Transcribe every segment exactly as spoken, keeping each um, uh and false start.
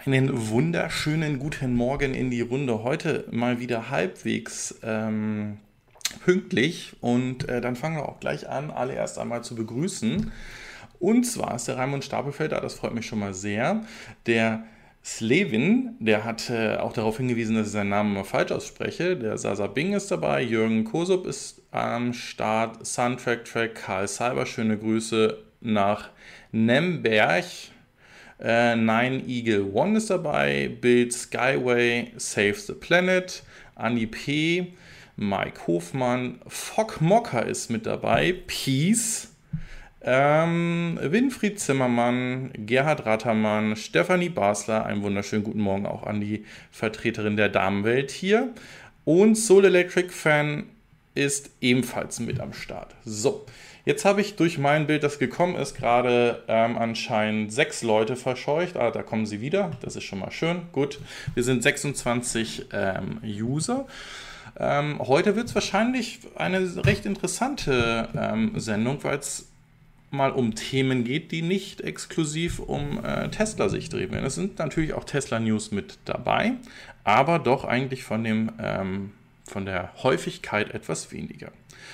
Einen wunderschönen guten Morgen in die Runde. Heute mal wieder halbwegs ähm, pünktlich und äh, dann fangen wir auch gleich an, alle erst einmal zu begrüßen. Und zwar ist der Raimund Stapelfeld da, das freut mich schon mal sehr. Der Slevin, der hat äh, auch darauf hingewiesen, dass ich seinen Namen mal falsch ausspreche. Der Sasa Bing ist dabei, Jürgen Kosup ist am Start, Soundtrack Track, Karl Cyber, schöne Grüße nach Nemberg. Äh, Nine Eagle One ist dabei, Bild Skyway, Save the Planet, Anni P., Mike Hofmann, Fock Mocker ist mit dabei, Peace, ähm, Winfried Zimmermann, Gerhard Rattermann, Stefanie Basler, einen wunderschönen guten Morgen auch an die Vertreterin der Damenwelt hier. Und Soul Electric Fan ist ebenfalls mit am Start. So, jetzt habe ich durch mein Bild, das gekommen ist, gerade ähm, anscheinend sechs Leute verscheucht. Ah, da kommen sie wieder. Das ist schon mal schön. Gut, wir sind sechsundzwanzig ähm, User. Ähm, heute wird es wahrscheinlich eine recht interessante ähm, Sendung, weil es mal um Themen geht, die nicht exklusiv um äh, Tesla sich drehen werden. Es sind natürlich auch Tesla-News mit dabei, aber doch eigentlich von, dem, ähm, von der Häufigkeit etwas weniger.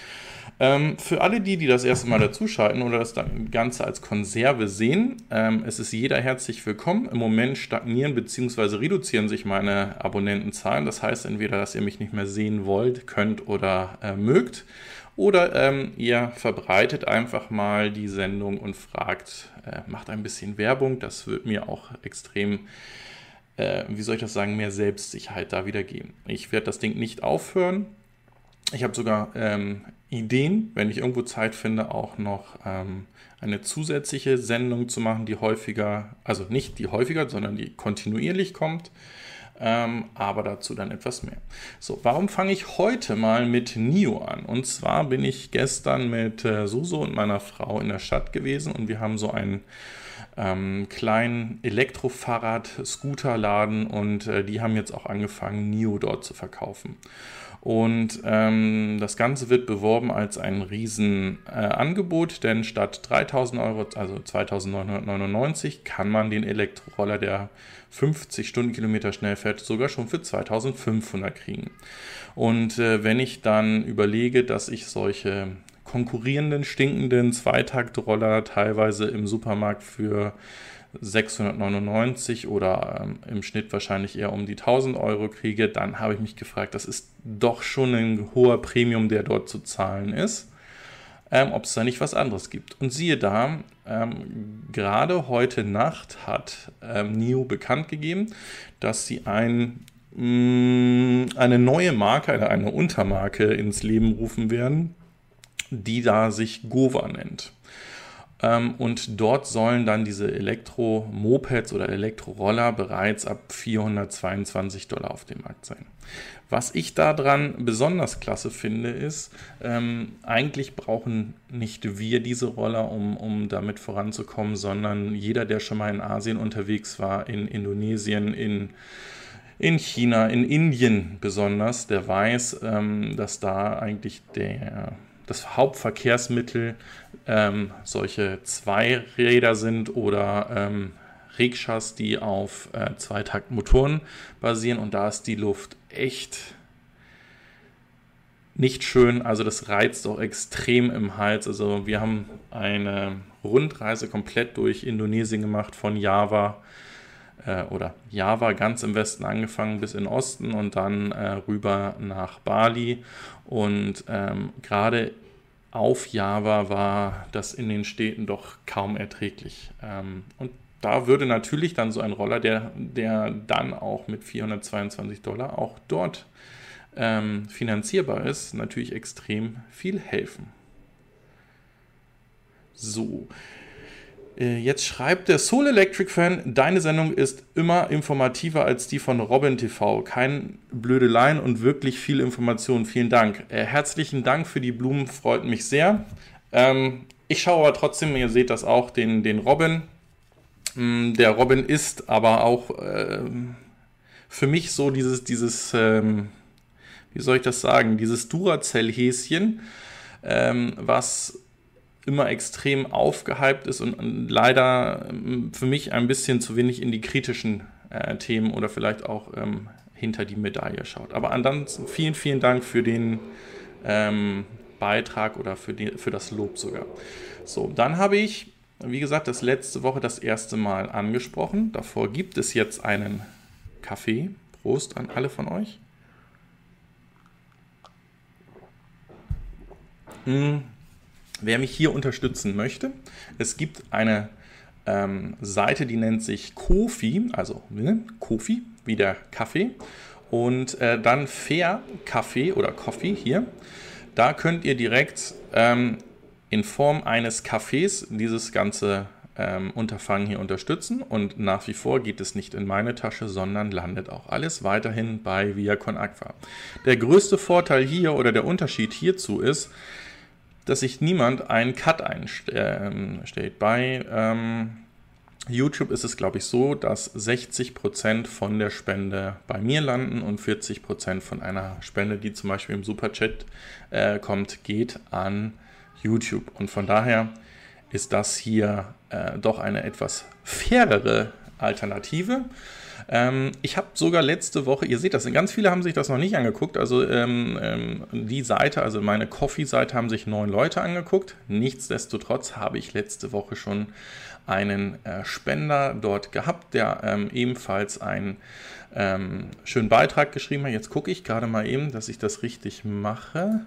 Ähm, für alle die, die das erste Mal dazuschalten oder das Ganze als Konserve sehen, ähm, es ist jeder herzlich willkommen. Im Moment stagnieren bzw. reduzieren sich meine Abonnentenzahlen. Das heißt entweder, dass ihr mich nicht mehr sehen wollt, könnt oder äh, mögt. Oder ähm, ihr verbreitet einfach mal die Sendung und fragt, äh, macht ein bisschen Werbung. Das wird mir auch extrem, äh, wie soll ich das sagen, mehr Selbstsicherheit da wieder geben. Ich werde das Ding nicht aufhören. Ich habe sogar ähm, Ideen, wenn ich irgendwo Zeit finde, auch noch ähm, eine zusätzliche Sendung zu machen, die häufiger, also nicht die häufiger, sondern die kontinuierlich kommt. Ähm, aber dazu dann etwas mehr. So, warum fange ich heute mal mit N I O an? Und zwar bin ich gestern mit äh, Suso und meiner Frau in der Stadt gewesen und wir haben so einen ähm, kleinen Elektrofahrrad-Scooter-Laden und äh, die haben jetzt auch angefangen, N I O dort zu verkaufen. Und ähm, das Ganze wird beworben als ein Riesenangebot, äh, denn statt dreitausend Euro, also zweitausendneunhundertneunundneunzig, kann man den Elektroroller, der fünfzig Stundenkilometer schnell fährt, sogar schon für zweitausendfünfhundert kriegen. Und äh, wenn ich dann überlege, dass ich solche konkurrierenden, stinkenden Zweitaktroller teilweise im Supermarkt für sechshundertneunundneunzig oder ähm, im Schnitt wahrscheinlich eher um die tausend Euro kriege, dann habe ich mich gefragt, das ist doch schon ein hoher Premium, der dort zu zahlen ist, ähm, ob es da nicht was anderes gibt. Und siehe da, ähm, gerade heute Nacht hat ähm, N I O bekannt gegeben, dass sie ein, mh, eine neue Marke, eine, eine Untermarke ins Leben rufen werden, die da sich Gova nennt. Ähm, und dort sollen dann diese Elektro-Mopeds oder Elektroroller bereits ab vierhundertzweiundzwanzig Dollar auf dem Markt sein. Was ich daran besonders klasse finde, ist, ähm, eigentlich brauchen nicht wir diese Roller, um, um damit voranzukommen, sondern jeder, der schon mal in Asien unterwegs war, in Indonesien, in In China, in Indien besonders, der weiß, ähm, dass da eigentlich der, das Hauptverkehrsmittel ähm, solche Zweiräder sind oder ähm, Rikschas, die auf äh, Zweitaktmotoren basieren. Und da ist die Luft echt nicht schön. Also das reizt auch extrem im Hals. Also wir haben eine Rundreise komplett durch Indonesien gemacht, von Java oder Java ganz im Westen angefangen bis in den Osten und dann äh, rüber nach Bali. Und ähm, gerade auf Java war das in den Städten doch kaum erträglich. Ähm, und da würde natürlich dann so ein Roller, der, der dann auch mit vierhundertzweiundzwanzig Dollar auch dort ähm, finanzierbar ist, natürlich extrem viel helfen. So. Jetzt schreibt der Soul Electric Fan, deine Sendung ist immer informativer als die von Robin T V. Kein Blödeleien und wirklich viel Information. Vielen Dank. Äh, herzlichen Dank für die Blumen, freut mich sehr. Ähm, ich schaue aber trotzdem, ihr seht das auch, den, den Robin. Ähm, der Robin ist aber auch äh, für mich so dieses, dieses ähm, wie soll ich das sagen, dieses Duracell-Häschen, ähm, was immer extrem aufgehypt ist und leider für mich ein bisschen zu wenig in die kritischen äh, äh, Themen oder vielleicht auch ähm, hinter die Medaille schaut. Aber ansonsten vielen, vielen Dank für den ähm, Beitrag oder für, die, für das Lob sogar. So, dann habe ich, wie gesagt, das letzte Woche das erste Mal angesprochen. Davor gibt es jetzt einen Kaffee. Prost an alle von euch. Hm. Wer mich hier unterstützen möchte, es gibt eine ähm, Seite, die nennt sich Ko-fi, also ne, Ko-fi, wie der Kaffee. Und äh, dann Fair Kaffee oder Coffee hier. Da könnt ihr direkt ähm, in Form eines Kaffees dieses ganze ähm, Unterfangen hier unterstützen. Und nach wie vor geht es nicht in meine Tasche, sondern landet auch alles weiterhin bei Via Con Agua. Der größte Vorteil hier oder der Unterschied hierzu ist, dass sich niemand einen Cut einstellt. Bei ähm, YouTube ist es, glaube ich, so, dass sechzig Prozent von der Spende bei mir landen und vierzig Prozent von einer Spende, die zum Beispiel im Superchat äh, kommt, geht an YouTube. Und von daher ist das hier äh, doch eine etwas fairere Alternative. Ähm, ich habe sogar letzte Woche, ihr seht das, ganz viele haben sich das noch nicht angeguckt, also ähm, ähm, die Seite, also meine Coffee-Seite haben sich neun Leute angeguckt. Nichtsdestotrotz habe ich letzte Woche schon einen äh, Spender dort gehabt, der ähm, ebenfalls einen ähm, schönen Beitrag geschrieben hat. Jetzt gucke ich gerade mal eben, dass ich das richtig mache.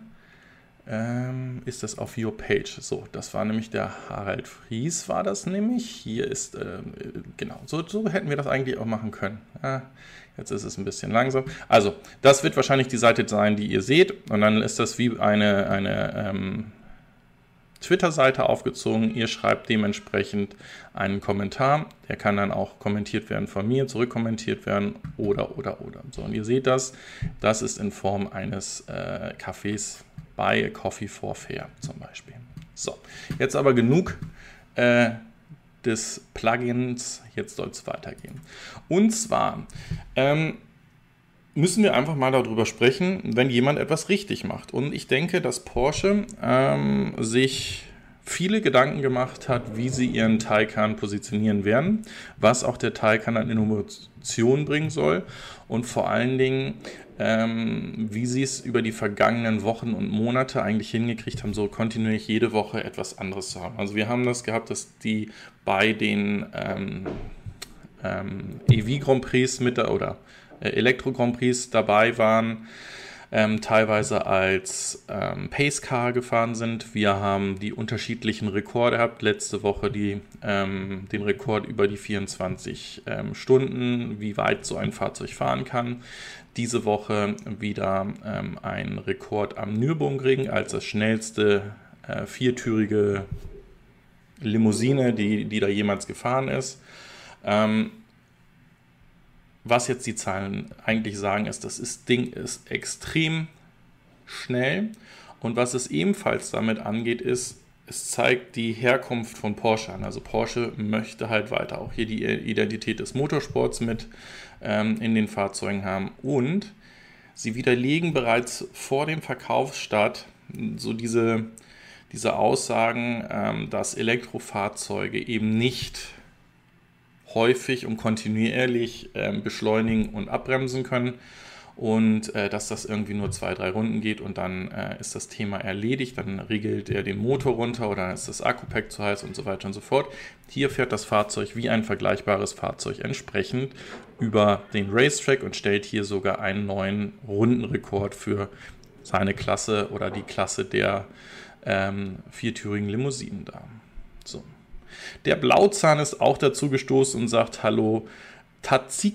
Ähm, ist das auf Your Page? So, das war nämlich der Harald Fries, war das nämlich. Hier ist, ähm, genau, so, so hätten wir das eigentlich auch machen können. Ja, jetzt ist es ein bisschen langsam. Also, das wird wahrscheinlich die Seite sein, die ihr seht. Und dann ist das wie eine, eine ähm, Twitter-Seite aufgezogen. Ihr schreibt dementsprechend einen Kommentar. Der kann dann auch kommentiert werden von mir, zurückkommentiert werden oder, oder, oder. So, und ihr seht das. Das ist in Form eines äh, Kaffees bei Coffee for Fair zum Beispiel. So, jetzt aber genug äh, des Plugins. Jetzt soll es weitergehen. Und zwar ähm, müssen wir einfach mal darüber sprechen, wenn jemand etwas richtig macht. Und ich denke, dass Porsche ähm, sich viele Gedanken gemacht hat, wie sie ihren Taycan positionieren werden, was auch der Taycan an Innovation bringen soll und vor allen Dingen, ähm, wie sie es über die vergangenen Wochen und Monate eigentlich hingekriegt haben, so kontinuierlich jede Woche etwas anderes zu haben. Also wir haben das gehabt, dass die bei den ähm, ähm, E V Grand Prix mit der, oder Elektro Grand Prix dabei waren, ähm, teilweise als ähm, Pace Car gefahren sind. Wir haben die unterschiedlichen Rekorde gehabt. Letzte Woche die, ähm, den Rekord über die vierundzwanzig ähm, Stunden, wie weit so ein Fahrzeug fahren kann. Diese Woche wieder ähm, ein Rekord am Nürburgring als das schnellste äh, viertürige Limousine, die, die da jemals gefahren ist. Ähm, Was jetzt die Zahlen eigentlich sagen, ist, dass das Ding ist extrem schnell. Und was es ebenfalls damit angeht, ist, es zeigt die Herkunft von Porsche an. Also Porsche möchte halt weiter auch hier die Identität des Motorsports mit ähm, in den Fahrzeugen haben. Und sie widerlegen bereits vor dem Verkaufsstart so diese, diese Aussagen, ähm, dass Elektrofahrzeuge eben nicht häufig und kontinuierlich äh, beschleunigen und abbremsen können und äh, dass das irgendwie nur zwei, drei Runden geht und dann äh, ist das Thema erledigt, dann regelt er den Motor runter oder dann ist das Akku-Pack zu heiß und so weiter und so fort. Hier fährt das Fahrzeug wie ein vergleichbares Fahrzeug entsprechend über den Racetrack und stellt hier sogar einen neuen Rundenrekord für seine Klasse oder die Klasse der ähm, viertürigen Limousinen dar. So. Der Blauzahn ist auch dazu gestoßen und sagt, hallo, Tazik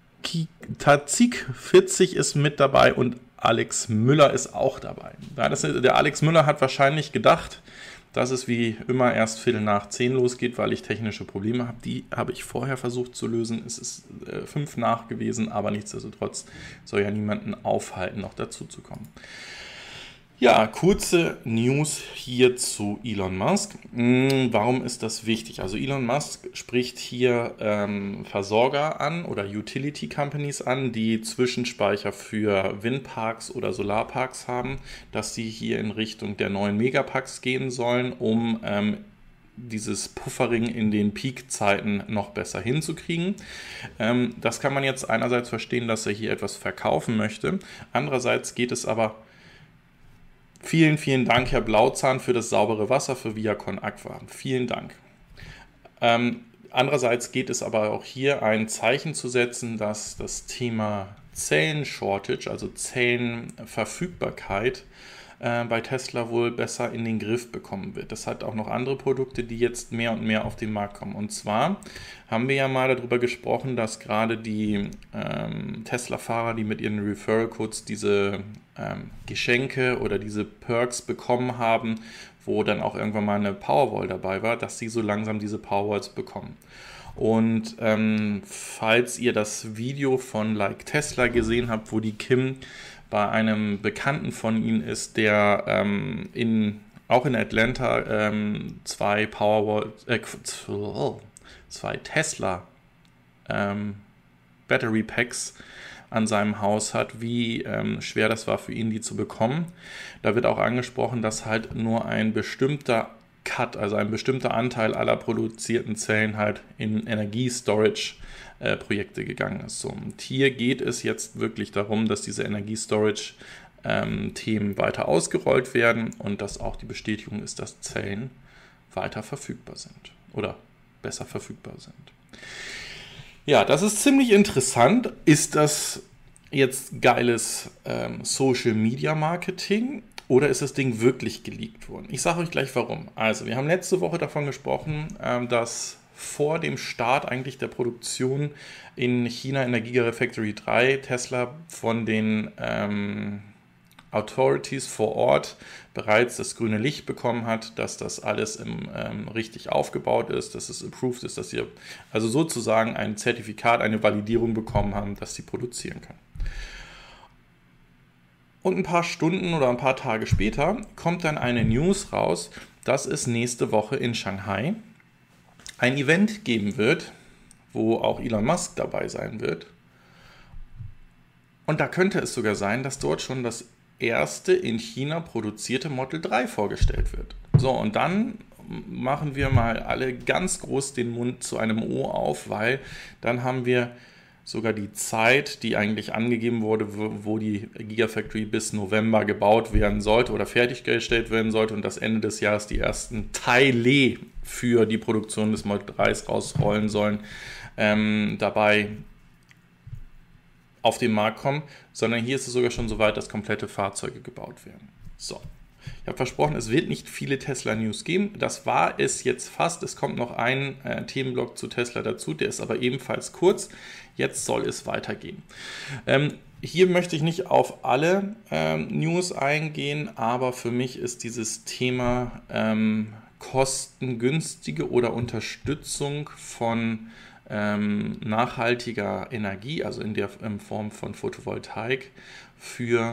vierzig ist mit dabei und Alex Müller ist auch dabei. Der Alex Müller hat wahrscheinlich gedacht, dass es wie immer erst Viertel nach zehn losgeht, weil ich technische Probleme habe. Die habe ich vorher versucht zu lösen. Es ist äh, fünf nach gewesen, aber nichtsdestotrotz soll ja niemanden aufhalten, noch dazu zu kommen. Ja, kurze News hier zu Elon Musk. Warum ist das wichtig? Also Elon Musk spricht hier ähm, Versorger an oder Utility Companies an, die Zwischenspeicher für Windparks oder Solarparks haben, dass sie hier in Richtung der neuen Megaparks gehen sollen, um ähm, dieses Puffering in den Peak-Zeiten noch besser hinzukriegen. Ähm, das kann man jetzt einerseits verstehen, dass er hier etwas verkaufen möchte. Andererseits geht es aber, vielen, vielen Dank, Herr Blauzahn, für das saubere Wasser für Viacon Aqua. Vielen Dank. Ähm, andererseits geht es aber auch hier ein Zeichen zu setzen, dass das Thema Zellen-Shortage, also Zellenverfügbarkeit, bei Tesla wohl besser in den Griff bekommen wird. Das hat auch noch andere Produkte, die jetzt mehr und mehr auf den Markt kommen. Und zwar haben wir ja mal darüber gesprochen, dass gerade die ähm, Tesla-Fahrer, die mit ihren Referral-Codes diese ähm, Geschenke oder diese Perks bekommen haben, wo dann auch irgendwann mal eine Powerwall dabei war, dass sie so langsam diese Powerwalls bekommen. Und ähm, falls ihr das Video von Like Tesla gesehen habt, wo die Kim bei einem Bekannten von ihnen ist, der ähm, in, auch in Atlanta ähm, zwei Powerwall, äh, zwei Tesla ähm, Battery Packs an seinem Haus hat, wie ähm, schwer das war für ihn, die zu bekommen. Da wird auch angesprochen, dass halt nur ein bestimmter Cut, also ein bestimmter Anteil aller produzierten Zellen halt in Energiestorage Äh, Projekte gegangen ist. So, und hier geht es jetzt wirklich darum, dass diese Energiestorage-Themen ähm, weiter ausgerollt werden und dass auch die Bestätigung ist, dass Zellen weiter verfügbar sind oder besser verfügbar sind. Ja, das ist ziemlich interessant. Ist das jetzt geiles ähm, Social Media Marketing? Oder ist das Ding wirklich geleakt worden? Ich sage euch gleich warum. Also, wir haben letzte Woche davon gesprochen, ähm, dass vor dem Start eigentlich der Produktion in China in der Gigafactory drei Tesla von den ähm, Authorities vor Ort bereits das grüne Licht bekommen hat, dass das alles im, ähm, richtig aufgebaut ist, dass es approved ist, dass sie also sozusagen ein Zertifikat, eine Validierung bekommen haben, dass sie produzieren können. Und ein paar Stunden oder ein paar Tage später kommt dann eine News raus, dass es nächste Woche in Shanghai ein Event geben wird, wo auch Elon Musk dabei sein wird. Und da könnte es sogar sein, dass dort schon das erste in China produzierte Model drei vorgestellt wird. So, und dann machen wir mal alle ganz groß den Mund zu einem O auf, weil dann haben wir sogar die Zeit, die eigentlich angegeben wurde, wo die Gigafactory bis November gebaut werden sollte oder fertiggestellt werden sollte und das Ende des Jahres die ersten Teile für die Produktion des Model drei rausrollen sollen, ähm, dabei auf den Markt kommen, sondern hier ist es sogar schon so weit, dass komplette Fahrzeuge gebaut werden. So. Ich habe versprochen, es wird nicht viele Tesla-News geben. Das war es jetzt fast. Es kommt noch ein äh, Themenblock zu Tesla dazu, der ist aber ebenfalls kurz. Jetzt soll es weitergehen. Ähm, hier möchte ich nicht auf alle ähm, News eingehen, aber für mich ist dieses Thema ähm, kostengünstige oder Unterstützung von ähm, nachhaltiger Energie, also in der in Form von Photovoltaik, für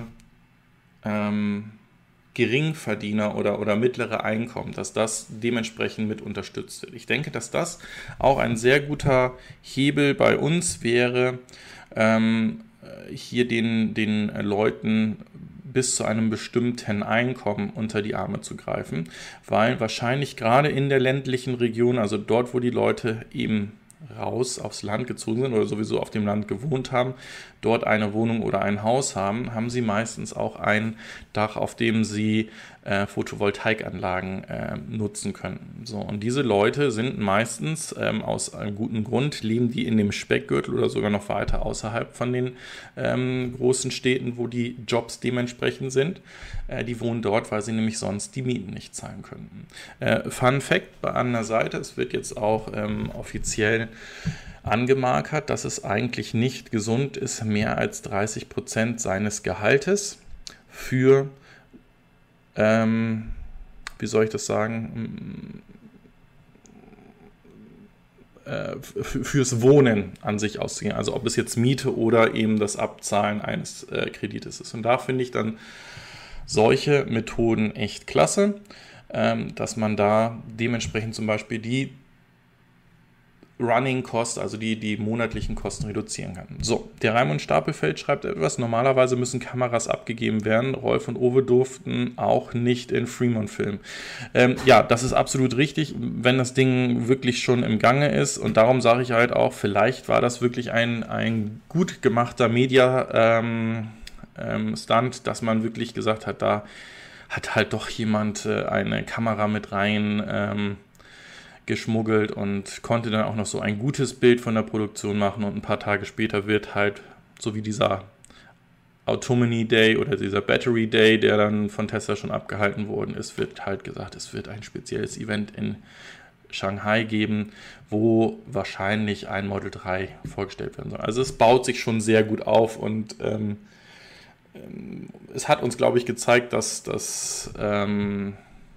ähm, Geringverdiener oder, oder mittlere Einkommen, dass das dementsprechend mit unterstützt wird. Ich denke, dass das auch ein sehr guter Hebel bei uns wäre, ähm, hier den, den Leuten bis zu einem bestimmten Einkommen unter die Arme zu greifen, weil wahrscheinlich gerade in der ländlichen Region, also dort, wo die Leute eben raus aufs Land gezogen sind oder sowieso auf dem Land gewohnt haben, dort eine Wohnung oder ein Haus haben, haben sie meistens auch ein Dach, auf dem sie äh, Photovoltaikanlagen äh, nutzen können. So, und diese Leute sind meistens ähm, aus einem guten Grund, leben die in dem Speckgürtel oder sogar noch weiter außerhalb von den ähm, großen Städten, wo die Jobs dementsprechend sind. Äh, die wohnen dort, weil sie nämlich sonst die Mieten nicht zahlen könnten. Äh, Fun Fact an der Seite, es wird jetzt auch ähm, offiziell angemarkert, dass es eigentlich nicht gesund ist, mehr als dreißig Prozent seines Gehaltes für, ähm, wie soll ich das sagen, äh, fürs Wohnen an sich auszugehen. Also ob es jetzt Miete oder eben das Abzahlen eines äh, Kredites ist. Und da finde ich dann solche Methoden echt klasse, ähm, dass man da dementsprechend zum Beispiel die Running Cost, also die, die monatlichen Kosten reduzieren kann. So, der Raimund Stapelfeld schreibt etwas, normalerweise müssen Kameras abgegeben werden. Rolf und Owe durften auch nicht in Fremont filmen. Ähm, ja, das ist absolut richtig, wenn das Ding wirklich schon im Gange ist, und darum sage ich halt auch, vielleicht war das wirklich ein, ein gut gemachter Media ähm, ähm, Stunt, dass man wirklich gesagt hat, da hat halt doch jemand äh, eine Kamera mit rein ähm, geschmuggelt und konnte dann auch noch so ein gutes Bild von der Produktion machen, und ein paar Tage später wird halt, so wie dieser Autonomy Day oder dieser Battery Day, der dann von Tesla schon abgehalten worden ist, wird halt gesagt, es wird ein spezielles Event in Shanghai geben, wo wahrscheinlich ein Model drei vorgestellt werden soll. Also es baut sich schon sehr gut auf, und ähm, es hat uns, glaube ich, gezeigt, dass das ähm,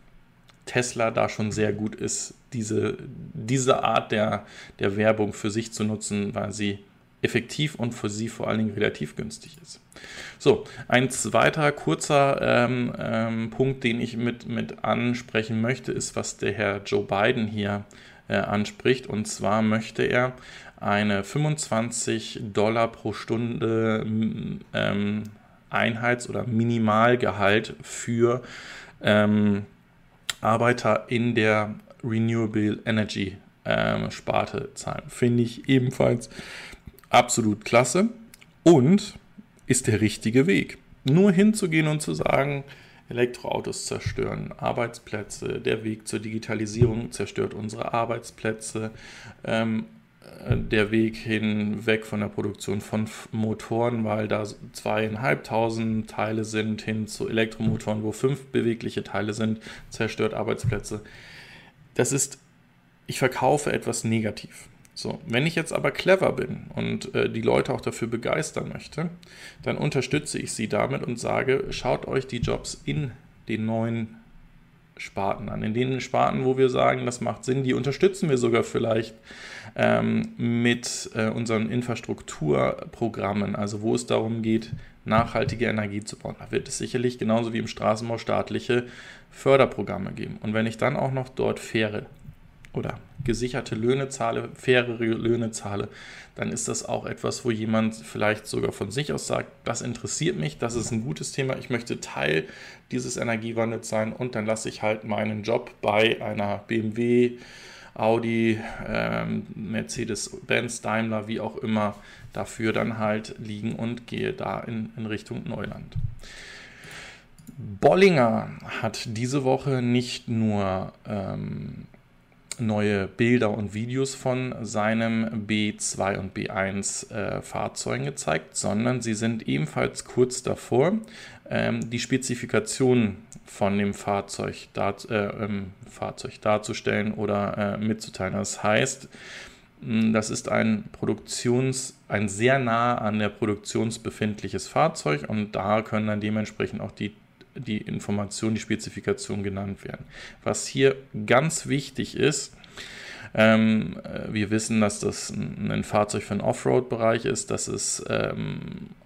Tesla da schon sehr gut ist, diese, diese Art der, der Werbung für sich zu nutzen, weil sie effektiv und für sie vor allen Dingen relativ günstig ist. So, ein zweiter kurzer ähm, ähm, Punkt, den ich mit, mit ansprechen möchte, ist, was der Herr Joe Biden hier äh, anspricht. Und zwar möchte er eine fünfundzwanzig Dollar pro Stunde ähm, Einheits- oder Minimalgehalt für ähm, Arbeiter in der Renewable Energy ähm, Sparte zahlen. Finde ich ebenfalls absolut klasse und ist der richtige Weg. Nur hinzugehen und zu sagen, Elektroautos zerstören Arbeitsplätze, der Weg zur Digitalisierung zerstört unsere Arbeitsplätze, ähm, der Weg hinweg von der Produktion von Motoren, weil da zweieinhalbtausend Teile sind, hin zu Elektromotoren, wo fünf bewegliche Teile sind, zerstört Arbeitsplätze. Das ist, ich verkaufe etwas negativ. So, wenn ich jetzt aber clever bin und äh, die Leute auch dafür begeistern möchte, dann unterstütze ich sie damit und sage, schaut euch die Jobs in den neuen Sparten an. In den Sparten, wo wir sagen, das macht Sinn, die unterstützen wir sogar vielleicht ähm, mit äh, unseren Infrastrukturprogrammen, also wo es darum geht, nachhaltige Energie zu bauen. Da wird es sicherlich genauso wie im Straßenbau staatliche Förderprogramme geben. Und wenn ich dann auch noch dort faire oder gesicherte Löhne zahle, faire Löhne zahle, dann ist das auch etwas, wo jemand vielleicht sogar von sich aus sagt, das interessiert mich, das ist ein gutes Thema, ich möchte Teil dieses Energiewandels sein, und dann lasse ich halt meinen Job bei einer B M W, Audi, ähm, Mercedes-Benz, Daimler, wie auch immer, dafür dann halt liegen und gehe da in, in Richtung Neuland. Bollinger hat diese Woche nicht nur ähm, neue Bilder und Videos von seinem B zwei und B eins äh, Fahrzeugen gezeigt, sondern sie sind ebenfalls kurz davor, ähm, die Spezifikation von dem Fahrzeug, dar, äh, ähm, Fahrzeug darzustellen oder äh, mitzuteilen. Das heißt, das ist ein Produktions, ein sehr nah an der Produktion befindliches Fahrzeug, und da können dann dementsprechend auch die die Information, die Spezifikation genannt werden. Was hier ganz wichtig ist, ähm, wir wissen, dass das ein, ein Fahrzeug für den Offroad-Bereich ist, dass es ähm,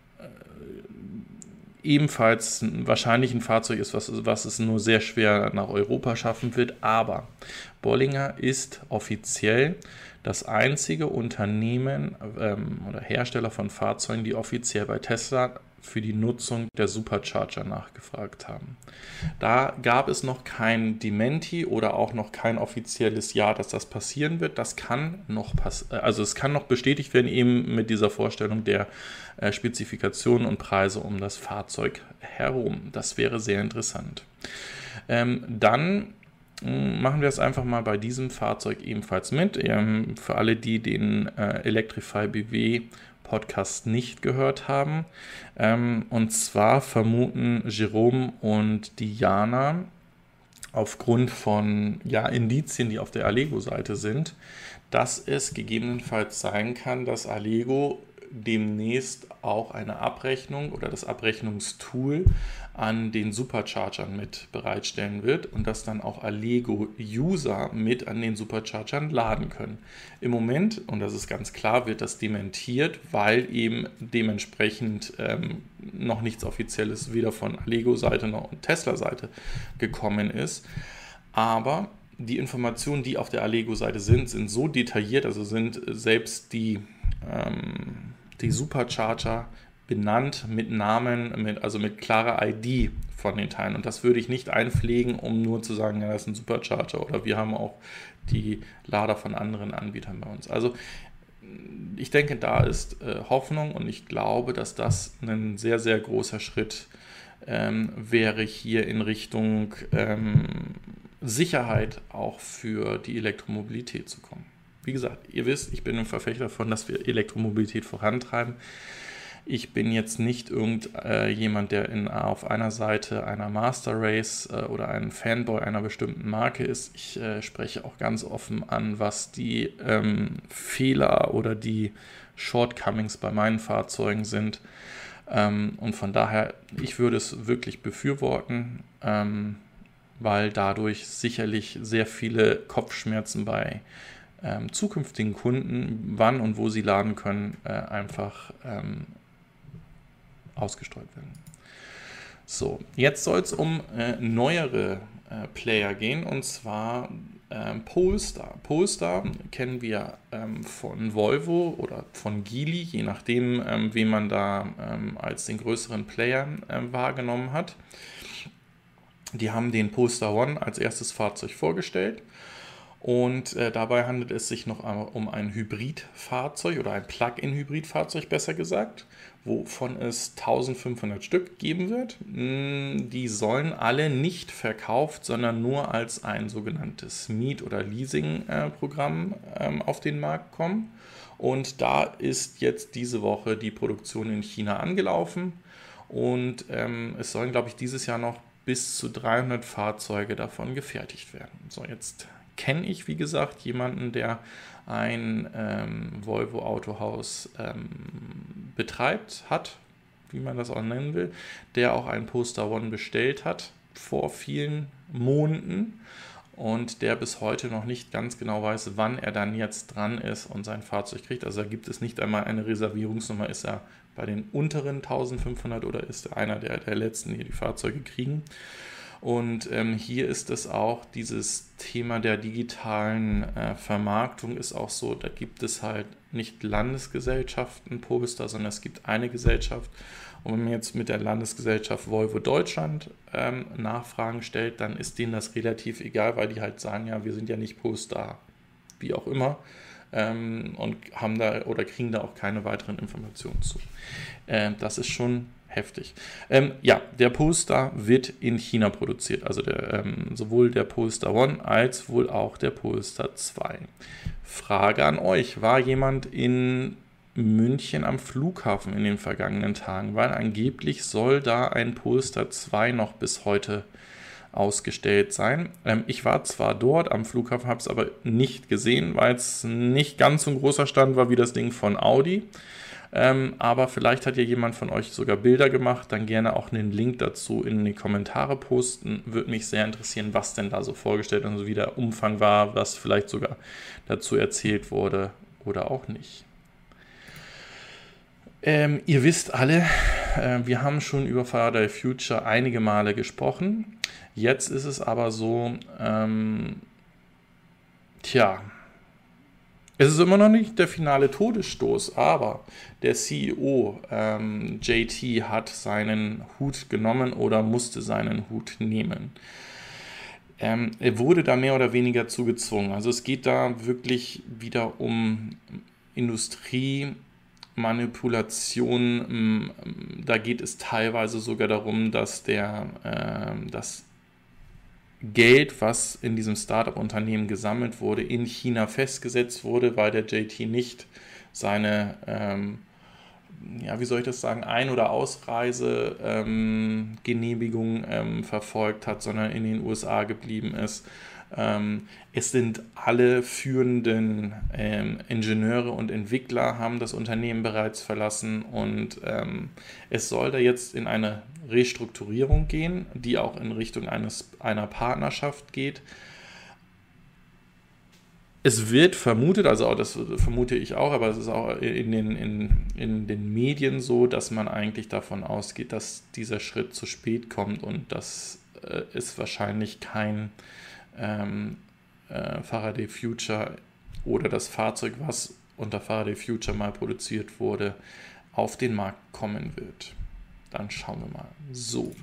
ebenfalls wahrscheinlich ein Fahrzeug ist, was, was es nur sehr schwer nach Europa schaffen wird, aber Bollinger ist offiziell das einzige Unternehmen ähm, oder Hersteller von Fahrzeugen, die offiziell bei Tesla für die Nutzung der Supercharger nachgefragt haben. Da gab es noch kein Dementi oder auch noch kein offizielles Ja, dass das passieren wird. Das kann noch pass- also es kann noch bestätigt werden, eben mit dieser Vorstellung der äh, Spezifikationen und Preise um das Fahrzeug herum. Das wäre sehr interessant. Ähm, dann machen wir es einfach mal bei diesem Fahrzeug ebenfalls mit. Ähm, für alle, die den äh, Electrify B W Podcast nicht gehört haben. Ähm, und zwar vermuten Jerome und Diana aufgrund von ja, Indizien, die auf der Allego-Seite sind, dass es gegebenenfalls sein kann, dass Allego demnächst auch eine Abrechnung oder das Abrechnungstool an den Superchargern mit bereitstellen wird und dass dann auch Allego-User mit an den Superchargern laden können. Im Moment, und das ist ganz klar, wird das dementiert, weil eben dementsprechend ähm, noch nichts Offizielles weder von Allego-Seite noch Tesla-Seite gekommen ist. Aber die Informationen, die auf der Allego-Seite sind, sind so detailliert, also sind selbst die, ähm, die Supercharger benannt mit Namen, mit, also mit klarer I D von den Teilen. Und das würde ich nicht einpflegen, um nur zu sagen, ja, das ist ein Supercharger oder wir haben auch die Lader von anderen Anbietern bei uns. Also ich denke, da ist äh, Hoffnung und ich glaube, dass das ein sehr, sehr großer Schritt ähm, wäre hier in Richtung ähm, Sicherheit auch für die Elektromobilität zu kommen. Wie gesagt, ihr wisst, ich bin ein Verfechter davon, dass wir Elektromobilität vorantreiben. Ich bin jetzt nicht irgendjemand, äh, der in, auf einer Seite einer Master Race äh, oder ein Fanboy einer bestimmten Marke ist. Ich äh, spreche auch ganz offen an, was die ähm, Fehler oder die Shortcomings bei meinen Fahrzeugen sind. Ähm, und von daher, ich würde es wirklich befürworten, ähm, weil dadurch sicherlich sehr viele Kopfschmerzen bei ähm, zukünftigen Kunden, wann und wo sie laden können, äh, einfach ähm, ausgestreut werden. So, jetzt soll es um äh, neuere äh, Player gehen, und zwar ähm, Polestar. Polestar kennen wir ähm, von Volvo oder von Geely, je nachdem, ähm, wen man da ähm, als den größeren Player äh, wahrgenommen hat. Die haben den Polestar One als erstes Fahrzeug vorgestellt. Und äh, dabei handelt es sich noch um ein Hybridfahrzeug oder ein Plug-in-Hybridfahrzeug, besser gesagt, wovon es eintausendfünfhundert Stück geben wird. Die sollen alle nicht verkauft, sondern nur als ein sogenanntes Miet- oder Leasing-Programm ähm, auf den Markt kommen. Und da ist jetzt diese Woche die Produktion in China angelaufen. Und ähm, es sollen, glaube ich, dieses Jahr noch bis zu dreihundert Fahrzeuge davon gefertigt werden. So, jetzt kenne ich, wie gesagt, jemanden, der ein ähm, Volvo-Autohaus ähm, betreibt, hat, wie man das auch nennen will, der auch einen Polestar One bestellt hat vor vielen Monaten und der bis heute noch nicht ganz genau weiß, wann er dann jetzt dran ist und sein Fahrzeug kriegt. Also da gibt es nicht einmal eine Reservierungsnummer, ist er bei den unteren eintausendfünfhundert oder ist er einer der, der letzten, die die Fahrzeuge kriegen. Und ähm, hier ist es auch, dieses Thema der digitalen äh, Vermarktung ist auch so, da gibt es halt nicht Landesgesellschaften Polestar, sondern es gibt eine Gesellschaft. Und wenn man jetzt mit der Landesgesellschaft Volvo Deutschland ähm, Nachfragen stellt, dann ist denen das relativ egal, weil die halt sagen, ja, wir sind ja nicht Polestar, wie auch immer. Ähm, und haben da oder kriegen da auch keine weiteren Informationen zu. Ähm, das ist schon heftig. Ähm, ja, der Polestar wird in China produziert, also der, ähm, sowohl der Polestar One als wohl auch der Polestar zwei. Frage an euch, war jemand in München am Flughafen in den vergangenen Tagen? Weil angeblich soll da ein Polestar zwei noch bis heute ausgestellt sein. Ähm, ich war zwar dort am Flughafen, habe es aber nicht gesehen, weil es nicht ganz so ein großer Stand war wie das Ding von Audi. Ähm, aber vielleicht hat ja jemand von euch sogar Bilder gemacht, dann gerne auch einen Link dazu in die Kommentare posten. Würde mich sehr interessieren, was denn da so vorgestellt und so wie der Umfang war, was vielleicht sogar dazu erzählt wurde oder auch nicht. Ähm, ihr wisst alle, äh, wir haben schon über Faraday Future einige Male gesprochen. Jetzt ist es aber so, ähm, tja, es ist immer noch nicht der finale Todesstoß, aber der C E O ähm, J T hat seinen Hut genommen oder musste seinen Hut nehmen. Ähm, er wurde da mehr oder weniger zugezwungen. Also es geht da wirklich wieder um Industriemanipulation. Da geht es teilweise sogar darum, dass der äh, das Geld, was in diesem Startup-Unternehmen gesammelt wurde, in China festgesetzt wurde, weil der J T nicht seine, ähm, ja, wie soll ich das sagen, Ein- oder Ausreisegenehmigung ähm, ähm, verfolgt hat, sondern in den U S A geblieben ist. Ähm, es sind alle führenden ähm, Ingenieure und Entwickler haben das Unternehmen bereits verlassen und ähm, es soll da jetzt in eine Restrukturierung gehen, die auch in Richtung eines, einer Partnerschaft geht. Es wird vermutet, also auch das vermute ich auch, aber es ist auch in den, in, in den Medien so, dass man eigentlich davon ausgeht, dass dieser Schritt zu spät kommt und dass äh, es wahrscheinlich kein ähm, äh, Faraday Future oder das Fahrzeug, was unter Faraday Future mal produziert wurde, auf den Markt kommen wird. Dann schauen wir mal. So.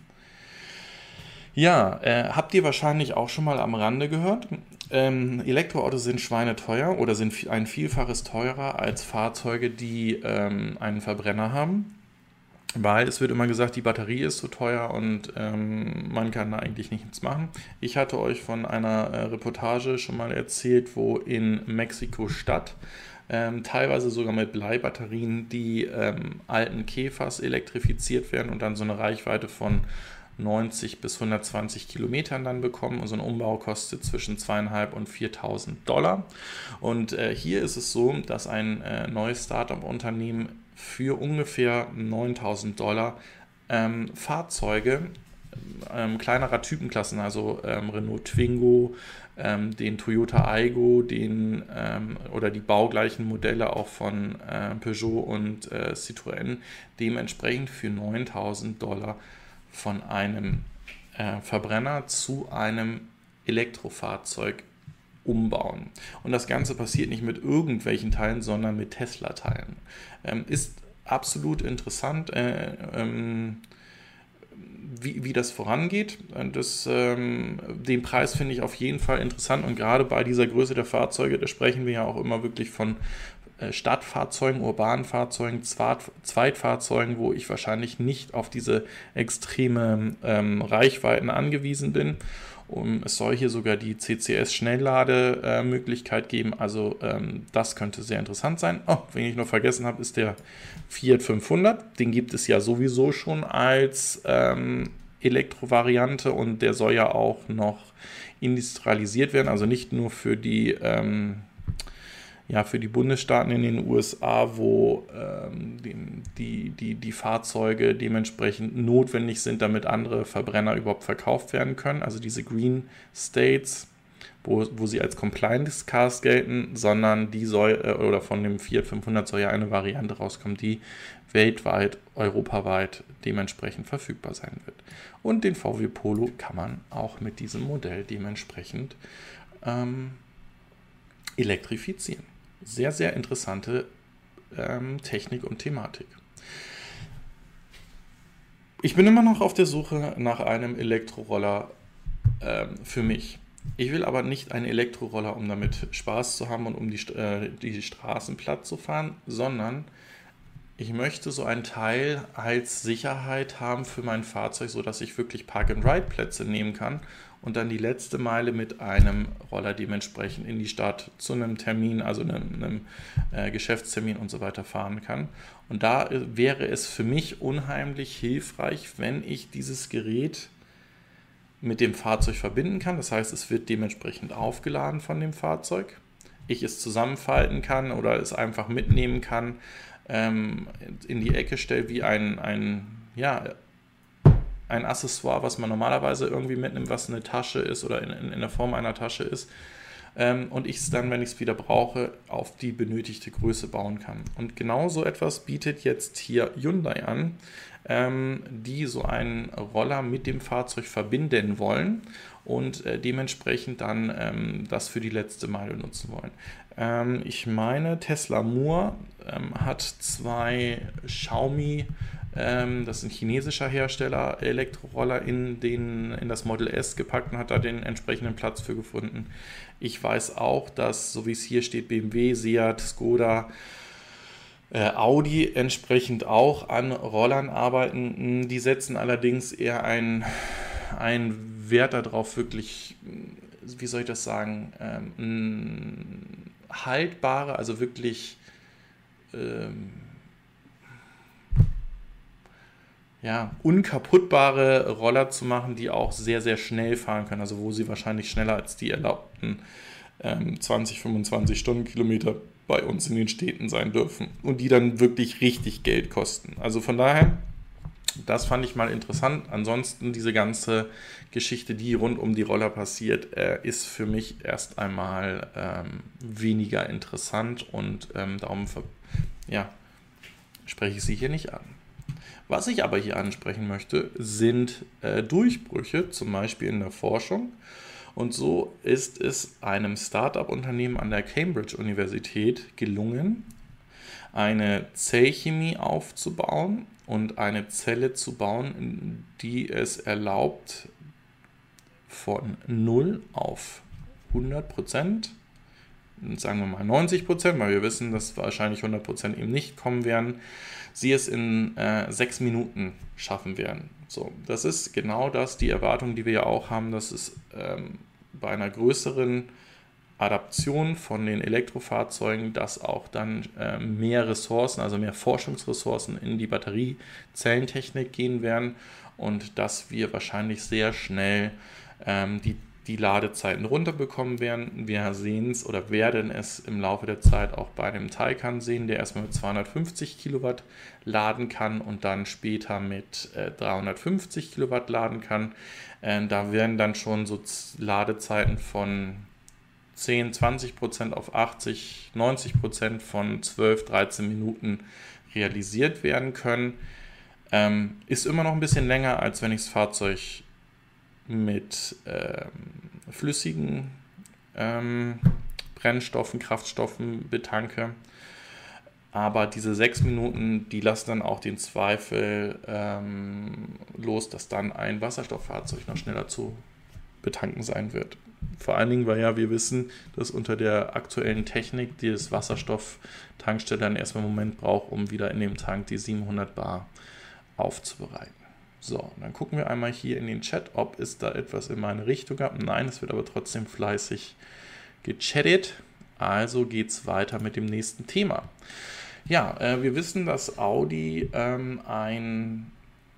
Ja, äh, habt ihr wahrscheinlich auch schon mal am Rande gehört. Ähm, Elektroautos sind schweineteuer oder sind ein Vielfaches teurer als Fahrzeuge, die ähm, einen Verbrenner haben. Weil es wird immer gesagt, die Batterie ist so teuer und ähm, man kann da eigentlich nichts machen. Ich hatte euch von einer äh, Reportage schon mal erzählt, wo in Mexiko-Stadt ähm, teilweise sogar mit Bleibatterien die ähm, alten Käfers elektrifiziert werden und dann so eine Reichweite von neunzig bis hundertzwanzig Kilometern dann bekommen. Und so ein Umbau kostet zwischen zweitausendfünfhundert und viertausend Dollar. Und äh, hier ist es so, dass ein äh, neues Startup-Unternehmen für ungefähr neuntausend Dollar ähm, Fahrzeuge ähm, kleinerer Typenklassen, also ähm, Renault Twingo, ähm, den Toyota Aygo, den, ähm, oder die baugleichen Modelle auch von äh, Peugeot und äh, Citroën, dementsprechend für neuntausend Dollar von einem äh, Verbrenner zu einem Elektrofahrzeug umbauen. Und das Ganze passiert nicht mit irgendwelchen Teilen, sondern mit Tesla-Teilen. Ähm, ist absolut interessant, äh, ähm, wie, wie das vorangeht. Das, ähm, den Preis finde ich auf jeden Fall interessant und gerade bei dieser Größe der Fahrzeuge, da sprechen wir ja auch immer wirklich von äh, Stadtfahrzeugen, urbanen Fahrzeugen, Zweit, Zweitfahrzeugen, wo ich wahrscheinlich nicht auf diese extreme ähm, Reichweiten angewiesen bin. Um, es soll hier sogar die C C S-Schnelllademöglichkeit geben, also ähm, das könnte sehr interessant sein. Oh, wen ich noch vergessen habe, ist der Fiat fünfhundert. Den gibt es ja sowieso schon als ähm, Elektrovariante und der soll ja auch noch industrialisiert werden, also nicht nur für die ähm, ja, für die Bundesstaaten in den U S A, wo ähm, die, die, die Fahrzeuge dementsprechend notwendig sind, damit andere Verbrenner überhaupt verkauft werden können. Also diese Green States, wo, wo sie als Compliance Cars gelten, sondern die soll, äh, oder von dem Fiat fünfhundert soll ja eine Variante rauskommen, die weltweit, europaweit dementsprechend verfügbar sein wird. Und den V W Polo kann man auch mit diesem Modell dementsprechend ähm, elektrifizieren. Sehr, sehr interessante ähm, Technik und Thematik. Ich bin immer noch auf der Suche nach einem Elektroroller ähm, für mich. Ich will aber nicht einen Elektroroller, um damit Spaß zu haben und um die, äh, die Straßen platt zu fahren, sondern ich möchte so ein Teil als Sicherheit haben für mein Fahrzeug, sodass ich wirklich Park-and-Ride-Plätze nehmen kann und dann die letzte Meile mit einem Roller dementsprechend in die Stadt zu einem Termin, also einem, einem äh, Geschäftstermin und so weiter fahren kann. Und da äh, wäre es für mich unheimlich hilfreich, wenn ich dieses Gerät mit dem Fahrzeug verbinden kann. Das heißt, es wird dementsprechend aufgeladen von dem Fahrzeug. Ich es zusammenfalten kann oder es einfach mitnehmen kann, ähm, in die Ecke stelle wie ein, ein, ja, ein Accessoire, was man normalerweise irgendwie mitnimmt, was eine Tasche ist oder in, in, in der Form einer Tasche ist. Ähm, und ich es dann, wenn ich es wieder brauche, auf die benötigte Größe bauen kann. Und genau so etwas bietet jetzt hier Hyundai an, ähm, die so einen Roller mit dem Fahrzeug verbinden wollen und äh, dementsprechend dann ähm, das für die letzte Meile nutzen wollen. Ähm, ich meine, Tesla Moore ähm, hat zwei Xiaomi, ähm, das ist ein chinesischer Hersteller, Elektroroller in, den, in das Model S gepackt und hat da den entsprechenden Platz für gefunden. Ich weiß auch, dass, so wie es hier steht, B M W, Seat, Skoda, äh, Audi entsprechend auch an Rollern arbeiten. Die setzen allerdings eher einen, einen Wert darauf, wirklich, wie soll ich das sagen, ähm, haltbare, also wirklich ähm, ja, unkaputtbare Roller zu machen, die auch sehr, sehr schnell fahren können, also wo sie wahrscheinlich schneller als die erlaubten ähm, zwanzig, fünfundzwanzig Stundenkilometer bei uns in den Städten sein dürfen und die dann wirklich richtig Geld kosten. Also von daher, das fand ich mal interessant. Ansonsten diese ganze Geschichte, die rund um die Roller passiert, äh, ist für mich erst einmal ähm, weniger interessant und ähm, darum ja, spreche ich sie hier nicht an. Was ich aber hier ansprechen möchte, sind äh, Durchbrüche, zum Beispiel in der Forschung. Und so ist es einem Start-up-Unternehmen an der Cambridge-Universität gelungen, eine Zellchemie aufzubauen und eine Zelle zu bauen, die es erlaubt, von null auf hundert Prozent, sagen wir mal neunzig Prozent, weil wir wissen, dass wahrscheinlich hundert Prozent eben nicht kommen werden, sie es in äh, sechs Minuten schaffen werden. So, das ist genau das, die Erwartung, die wir ja auch haben, dass es ähm, bei einer größeren Adaption von den Elektrofahrzeugen, dass auch dann äh, mehr Ressourcen, also mehr Forschungsressourcen in die Batteriezellentechnik gehen werden und dass wir wahrscheinlich sehr schnell ähm, die die Ladezeiten runterbekommen werden. Wir sehen es oder werden es im Laufe der Zeit auch bei dem Taycan sehen, der erstmal mit zweihundertfünfzig Kilowatt laden kann und dann später mit äh, dreihundertfünfzig Kilowatt laden kann. Äh, da werden dann schon so Ladezeiten von zehn, zwanzig Prozent auf achtzig, neunzig Prozent von zwölf, dreizehn Minuten realisiert werden können. Ähm, ist immer noch ein bisschen länger, als wenn ich das Fahrzeug mit ähm, flüssigen ähm, Brennstoffen, Kraftstoffen betanke. Aber diese sechs Minuten, die lassen dann auch den Zweifel ähm, los, dass dann ein Wasserstofffahrzeug noch schneller zu betanken sein wird. Vor allen Dingen, weil ja wir wissen, dass unter der aktuellen Technik dieses Wasserstofftankstelle dann erstmal einen Moment braucht, um wieder in dem Tank die siebenhundert Bar aufzubereiten. So, dann gucken wir einmal hier in den Chat, ob es da etwas in meine Richtung gab. Nein, es wird aber trotzdem fleißig gechattet. Also geht es weiter mit dem nächsten Thema. Ja, äh, wir wissen, dass Audi ähm, einen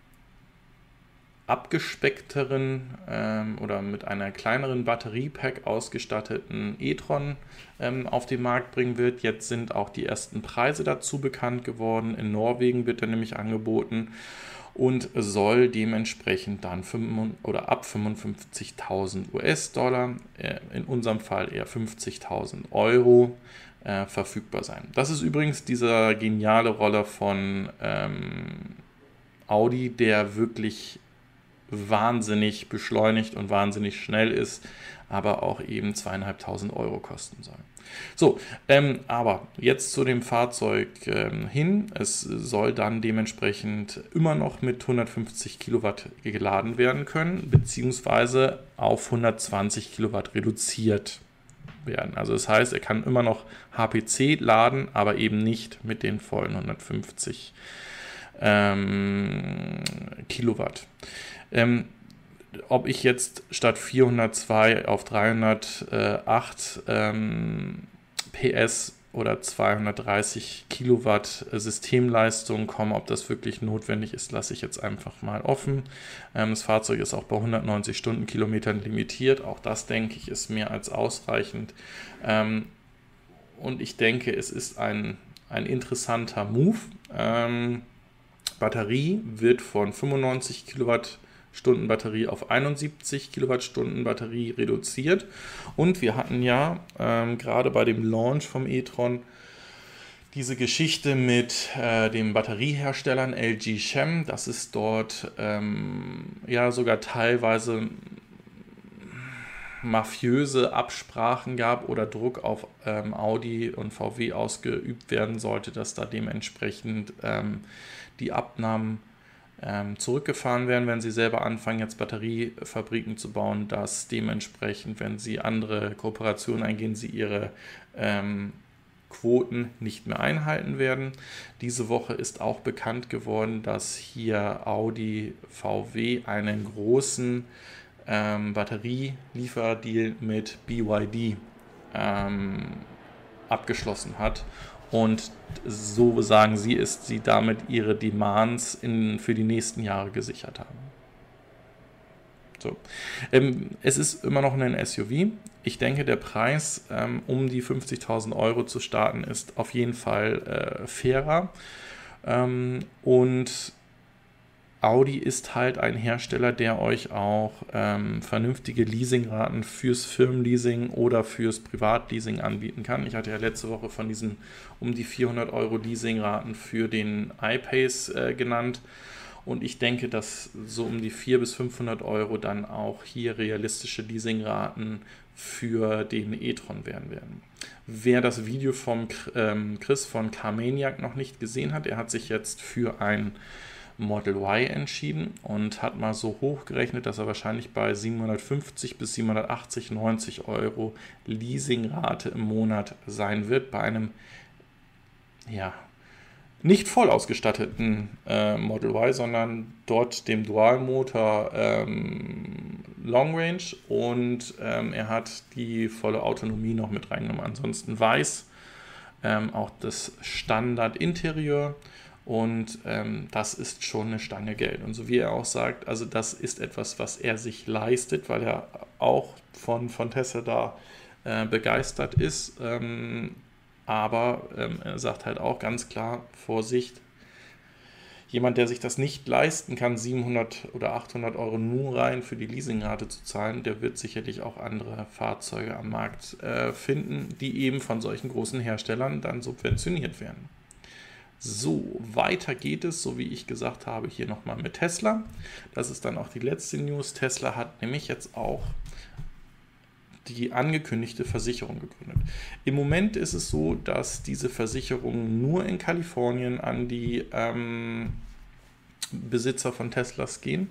abgespeckteren ähm, oder mit einer kleineren Batteriepack ausgestatteten e-tron ähm, auf den Markt bringen wird. Jetzt sind auch die ersten Preise dazu bekannt geworden. In Norwegen wird er nämlich angeboten und soll dementsprechend dann fünf, oder ab fünfundfünfzigtausend US-Dollar, äh, in unserem Fall eher fünfzigtausend Euro, äh, verfügbar sein. Das ist übrigens dieser geniale Roller von ähm, Audi, der wirklich wahnsinnig beschleunigt und wahnsinnig schnell ist, aber auch eben zweieinhalbtausend Euro kosten soll. So, ähm, aber jetzt zu dem Fahrzeug ähm, hin. Es soll dann dementsprechend immer noch mit hundertfünfzig Kilowatt geladen werden können, beziehungsweise auf hundertzwanzig Kilowatt reduziert werden. Also das heißt, er kann immer noch H P C laden, aber eben nicht mit den vollen hundertfünfzig ähm, Kilowatt. Ähm, ob ich jetzt statt vierhundertzwei auf dreihundertacht ähm, P S oder zweihundertdreißig Kilowatt Systemleistung komme, ob das wirklich notwendig ist, lasse ich jetzt einfach mal offen. Ähm, das Fahrzeug ist auch bei hundertneunzig Stundenkilometern limitiert. Auch das, denke ich, ist mehr als ausreichend. Ähm, und ich denke, es ist ein, ein interessanter Move. Ähm, Batterie wird von fünfundneunzig Kilowattstunden Batterie auf einundsiebzig Kilowattstunden Batterie reduziert. Und wir hatten ja ähm, gerade bei dem Launch vom e-tron diese Geschichte mit äh, den Batterieherstellern L G Chem, dass es dort ähm, ja sogar teilweise mafiöse Absprachen gab oder Druck auf ähm, Audi und V W ausgeübt werden sollte, dass da dementsprechend ähm, die Abnahmen ähm, zurückgefahren werden, wenn sie selber anfangen, jetzt Batteriefabriken zu bauen, dass dementsprechend, wenn sie andere Kooperationen eingehen, sie ihre ähm, Quoten nicht mehr einhalten werden. Diese Woche ist auch bekannt geworden, dass hier Audi V W einen großen ähm, Batterielieferdeal mit B Y D ähm, abgeschlossen hat. Und so sagen sie, ist sie damit ihre Demands in, für die nächsten Jahre gesichert haben. So. Ähm, es ist immer noch ein S U V. Ich denke, der Preis, ähm, um die fünfzigtausend Euro zu starten, ist auf jeden Fall äh, fairer. Ähm, und Audi ist halt ein Hersteller, der euch auch ähm, vernünftige Leasingraten fürs Firmenleasing oder fürs Privatleasing anbieten kann. Ich hatte ja letzte Woche von diesen um die vierhundert Euro Leasingraten für den iPace äh, genannt. Und ich denke, dass so um die vierhundert bis fünfhundert Euro dann auch hier realistische Leasingraten für den e-tron werden werden. Wer das Video vom ähm, Chris von Carmaniac noch nicht gesehen hat, er hat sich jetzt für ein Model Y entschieden und hat mal so hochgerechnet, dass er wahrscheinlich bei siebenhundertfünfzig bis siebenhundertachtzig, neunzig Euro Leasingrate im Monat sein wird bei einem, ja, nicht voll ausgestatteten äh, Model Y, sondern dort dem Dualmotor ähm, Long Range, und ähm, er hat die volle Autonomie noch mit reingenommen. Ansonsten weiß ähm, auch das Standard-Interieur, und ähm, das ist schon eine Stange Geld. Und so wie er auch sagt, also das ist etwas, was er sich leistet, weil er auch von, von Tesla da äh, begeistert ist. Ähm, Aber ähm, er sagt halt auch ganz klar, Vorsicht, jemand, der sich das nicht leisten kann, siebenhundert oder achthundert Euro nur rein für die Leasingrate zu zahlen, der wird sicherlich auch andere Fahrzeuge am Markt äh, finden, die eben von solchen großen Herstellern dann subventioniert werden. So, weiter geht es, so wie ich gesagt habe, hier nochmal mit Tesla. Das ist dann auch die letzte News. Tesla hat nämlich jetzt auch die angekündigte Versicherung gegründet. Im Moment ist es so, dass diese Versicherungen nur in Kalifornien an die ähm, Besitzer von Teslas gehen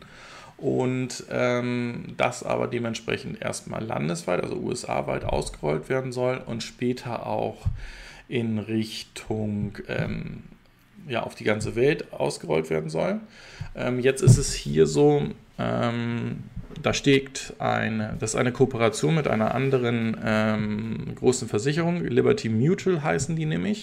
und ähm, das aber dementsprechend erstmal landesweit, also U S A-weit ausgerollt werden soll und später auch in Richtung ähm, ja, auf die ganze Welt ausgerollt werden soll. Ähm, jetzt ist es hier so, ähm, da steht eine, das ist eine Kooperation mit einer anderen ähm, großen Versicherung, Liberty Mutual heißen die nämlich.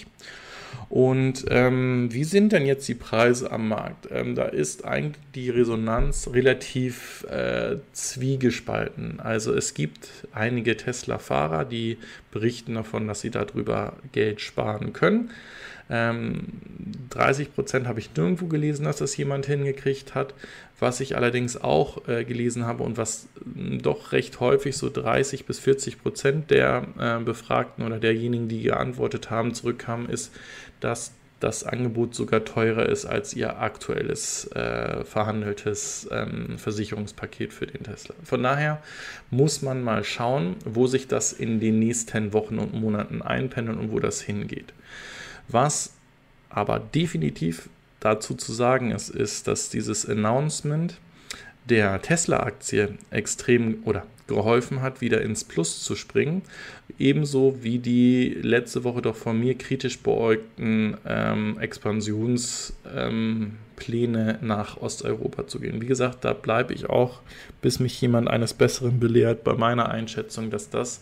Und ähm, wie sind denn jetzt die Preise am Markt? Ähm, da ist eigentlich die Resonanz relativ äh, zwiegespalten. Also es gibt einige Tesla-Fahrer, die berichten davon, dass sie darüber Geld sparen können. Ähm, dreißig Prozent habe ich nirgendwo gelesen, dass das jemand hingekriegt hat. Was ich allerdings auch äh, gelesen habe und was äh, doch recht häufig so dreißig bis vierzig Prozent der äh, Befragten oder derjenigen, die geantwortet haben, zurückkamen, ist, dass das Angebot sogar teurer ist als ihr aktuelles äh, verhandeltes ähm, Versicherungspaket für den Tesla. Von daher muss man mal schauen, wo sich das in den nächsten Wochen und Monaten einpendeln und wo das hingeht. Was aber definitiv dazu zu sagen ist, ist, dass dieses Announcement der Tesla-Aktie extrem oder geholfen hat, wieder ins Plus zu springen. Ebenso wie die letzte Woche doch von mir kritisch beäugten ähm, Expansionspläne ähm, nach Osteuropa zu gehen. Wie gesagt, da bleibe ich auch, bis mich jemand eines Besseren belehrt, bei meiner Einschätzung, dass das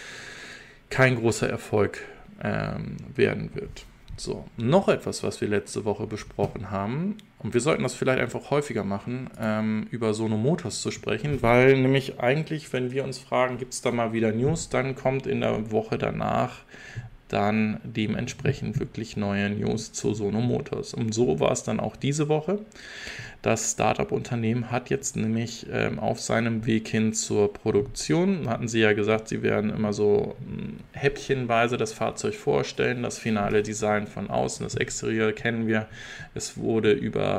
kein großer Erfolg ähm, werden wird. So, noch etwas, was wir letzte Woche besprochen haben, und wir sollten das vielleicht einfach häufiger machen, ähm, über Sono Motors zu sprechen, weil nämlich eigentlich, wenn wir uns fragen, gibt es da mal wieder News, dann kommt in der Woche danach dann dementsprechend wirklich neue News zu Sono Motors. Und so war es dann auch diese Woche. Das Startup-Unternehmen hat jetzt nämlich ähm, auf seinem Weg hin zur Produktion, hatten sie ja gesagt, sie werden immer so ähm, häppchenweise das Fahrzeug vorstellen, das finale Design von außen, das Exterieur kennen wir. Es wurde über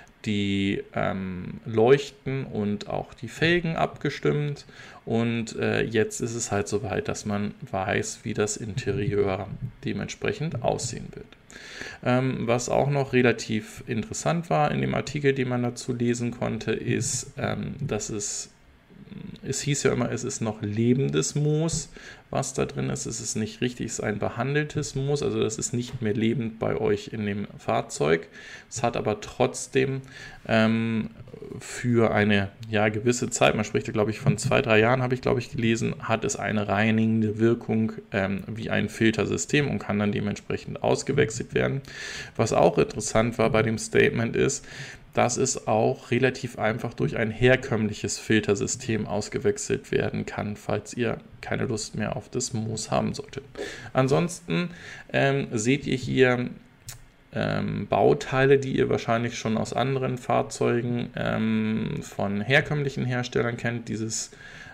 die ähm, Leuchten und auch die Felgen abgestimmt, und äh, jetzt ist es halt soweit, dass man weiß, wie das Interieur dementsprechend aussehen wird. Ähm, was auch noch relativ interessant war in dem Artikel, den man dazu lesen konnte, ist, ähm, dass es Es hieß ja immer, es ist noch lebendes Moos, was da drin ist. Es ist nicht richtig, es ist ein behandeltes Moos, also das ist nicht mehr lebend bei euch in dem Fahrzeug. Es hat aber trotzdem ähm, für eine ja, gewisse Zeit, man spricht ja glaube ich von zwei, drei Jahren, habe ich glaube ich gelesen, hat es eine reinigende Wirkung ähm, wie ein Filtersystem und kann dann dementsprechend ausgewechselt werden. Was auch interessant war bei dem Statement ist, dass es auch relativ einfach durch ein herkömmliches Filtersystem ausgewechselt werden kann, falls ihr keine Lust mehr auf das Moos haben solltet. Ansonsten ähm, seht ihr hier ähm, Bauteile, die ihr wahrscheinlich schon aus anderen Fahrzeugen ähm, von herkömmlichen Herstellern kennt. Dieses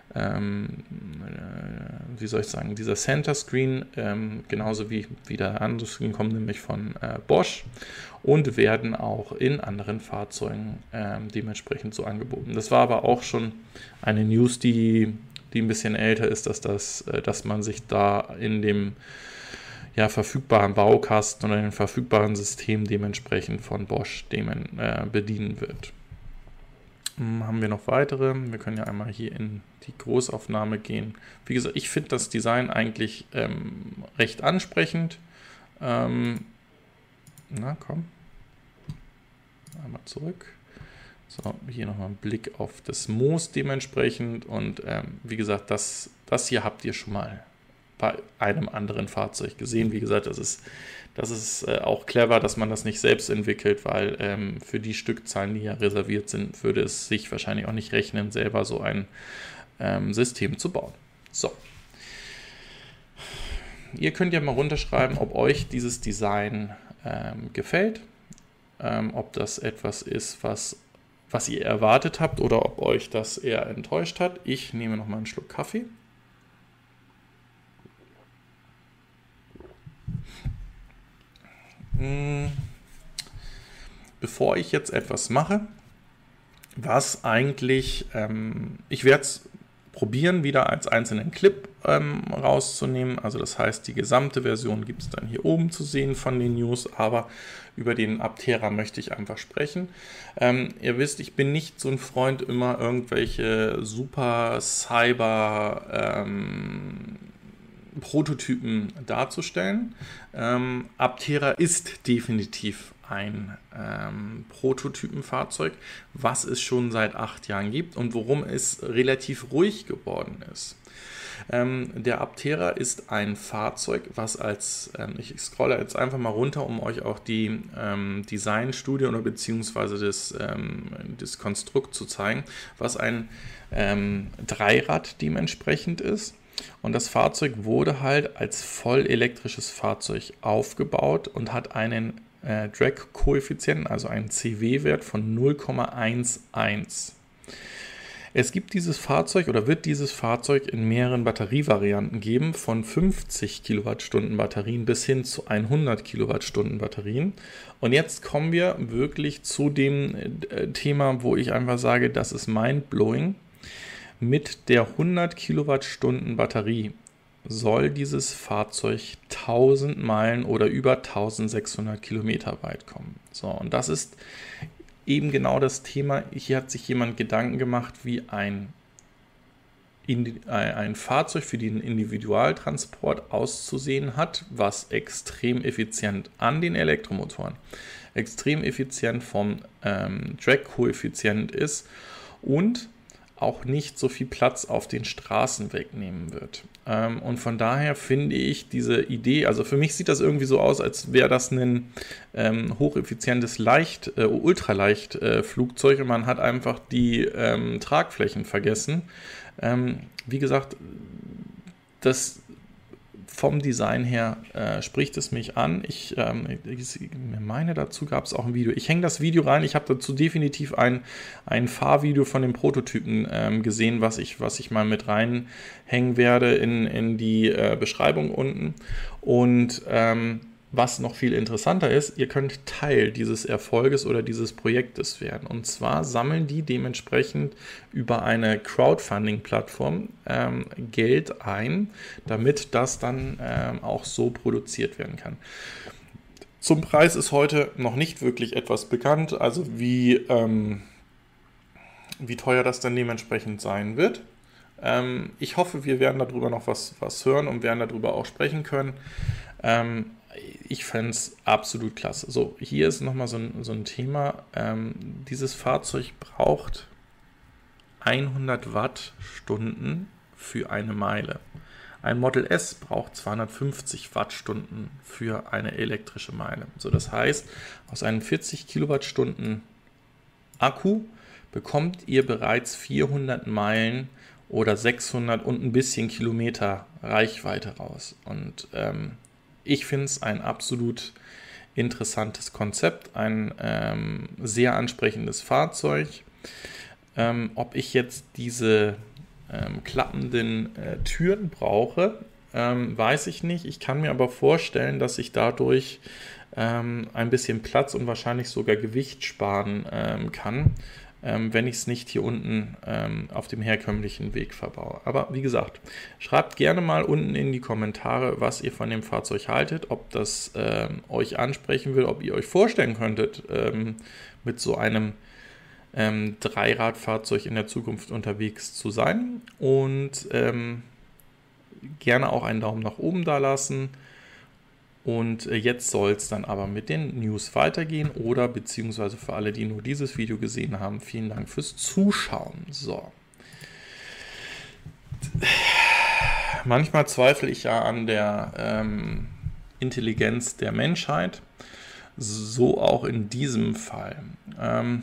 ähm, äh, wie soll ich sagen, dieser Center Screen, ähm, genauso wie, wie der andere Screen, kommen nämlich von äh, Bosch und werden auch in anderen Fahrzeugen ähm, dementsprechend so angeboten. Das war aber auch schon eine News, die, die ein bisschen älter ist, dass, das, äh, dass man sich da in dem ja, verfügbaren Baukasten oder in dem verfügbaren System dementsprechend von Bosch demen, äh, bedienen wird. Hm, haben wir noch weitere? Wir können ja einmal hier in die Großaufnahme gehen. Wie gesagt, ich finde das Design eigentlich ähm, recht ansprechend. Ähm, na komm, einmal zurück. So, hier nochmal ein Blick auf das Moos dementsprechend. Und ähm, wie gesagt, das, das hier habt ihr schon mal bei einem anderen Fahrzeug gesehen. Wie gesagt, das ist, das ist äh, auch clever, dass man das nicht selbst entwickelt, weil ähm, für die Stückzahlen, die ja reserviert sind, würde es sich wahrscheinlich auch nicht rechnen, selber so ein ähm, System zu bauen. So. Ihr könnt ja mal runterschreiben, ob euch dieses Design ähm, gefällt, ähm, ob das etwas ist, was, was ihr erwartet habt oder ob euch das eher enttäuscht hat. Ich nehme noch mal einen Schluck Kaffee. Bevor ich jetzt etwas mache, was eigentlich, ähm, ich werde es probieren, wieder als einzelnen Clip ähm, rauszunehmen. Also das heißt, die gesamte Version gibt es dann hier oben zu sehen von den News, aber über den Aptera möchte ich einfach sprechen. Ähm, ihr wisst, ich bin nicht so ein Freund, immer irgendwelche super Cyber ähm, Prototypen darzustellen. Ähm, Aptera ist definitiv ein ähm, Prototypenfahrzeug, was es schon seit acht Jahren gibt und worum es relativ ruhig geworden ist. Ähm, der Aptera ist ein Fahrzeug, was als, ähm, ich scrolle jetzt einfach mal runter, um euch auch die ähm, Designstudie oder beziehungsweise das, ähm, das Konstrukt zu zeigen, was ein ähm, Dreirad dementsprechend ist. Und das Fahrzeug wurde halt als voll elektrisches Fahrzeug aufgebaut und hat einen äh, Drag-Koeffizienten, also einen C W-Wert von null Komma elf. Es gibt dieses Fahrzeug oder wird dieses Fahrzeug in mehreren Batterievarianten geben, von fünfzig Kilowattstunden Batterien bis hin zu hundert Kilowattstunden Batterien. Und jetzt kommen wir wirklich zu dem äh, Thema, wo ich einfach sage, das ist mindblowing. Mit der hundert Kilowattstunden Batterie soll dieses Fahrzeug tausend Meilen oder über tausendsechshundert Kilometer weit kommen. So, und das ist eben genau das Thema. Hier hat sich jemand Gedanken gemacht, wie ein, ein Fahrzeug für den Individualtransport auszusehen hat, was extrem effizient an den Elektromotoren, extrem effizient vom ähm, Drag-Koeffizient ist und auch nicht so viel Platz auf den Straßen wegnehmen wird. Ähm, und von daher finde ich diese Idee, also für mich sieht das irgendwie so aus, als wäre das ein ähm, hocheffizientes, leicht, äh, ultraleicht äh, Flugzeug und man hat einfach die ähm, Tragflächen vergessen. Ähm, wie gesagt, das vom Design her äh, spricht es mich an. Ich, ähm, ich meine, dazu gab es auch ein Video. Ich hänge das Video rein. Ich habe dazu definitiv ein, ein Fahrvideo von dem Prototypen ähm, gesehen, was ich, was ich mal mit reinhängen werde in, in die äh, Beschreibung unten. Und ähm, was noch viel interessanter ist, ihr könnt Teil dieses Erfolges oder dieses Projektes werden. Und zwar sammeln die dementsprechend über eine Crowdfunding-Plattform ähm, Geld ein, damit das dann ähm, auch so produziert werden kann. Zum Preis ist heute noch nicht wirklich etwas bekannt, also wie, ähm, wie teuer das dann dementsprechend sein wird. Ähm, ich hoffe, wir werden darüber noch was, was hören und werden darüber auch sprechen können. Ähm, Ich fände es absolut klasse. So, hier ist nochmal so ein, so ein Thema. Ähm, dieses Fahrzeug braucht hundert Wattstunden für eine Meile. Ein Model S braucht zweihundertfünfzig Wattstunden für eine elektrische Meile. So, das heißt, aus einem vierzig Kilowattstunden Akku bekommt ihr bereits vierhundert Meilen oder sechshundert und ein bisschen Kilometer Reichweite raus. Und ähm, ich finde es ein absolut interessantes Konzept, ein ähm, sehr ansprechendes Fahrzeug. Ähm, ob ich jetzt diese ähm, klappenden äh, Türen brauche, ähm, weiß ich nicht. Ich kann mir aber vorstellen, dass ich dadurch ähm, ein bisschen Platz und wahrscheinlich sogar Gewicht sparen ähm, kann, ähm, wenn ich es nicht hier unten ähm, auf dem herkömmlichen Weg verbaue. Aber wie gesagt, schreibt gerne mal unten in die Kommentare, was ihr von dem Fahrzeug haltet, ob das ähm, euch ansprechen will, ob ihr euch vorstellen könntet, ähm, mit so einem ähm, Dreiradfahrzeug in der Zukunft unterwegs zu sein. Und ähm, gerne auch einen Daumen nach oben da lassen. Und jetzt soll es dann aber mit den News weitergehen oder beziehungsweise für alle, die nur dieses Video gesehen haben, vielen Dank fürs Zuschauen. So. Manchmal zweifle ich ja an der ähm, Intelligenz der Menschheit, so auch in diesem Fall. Ähm,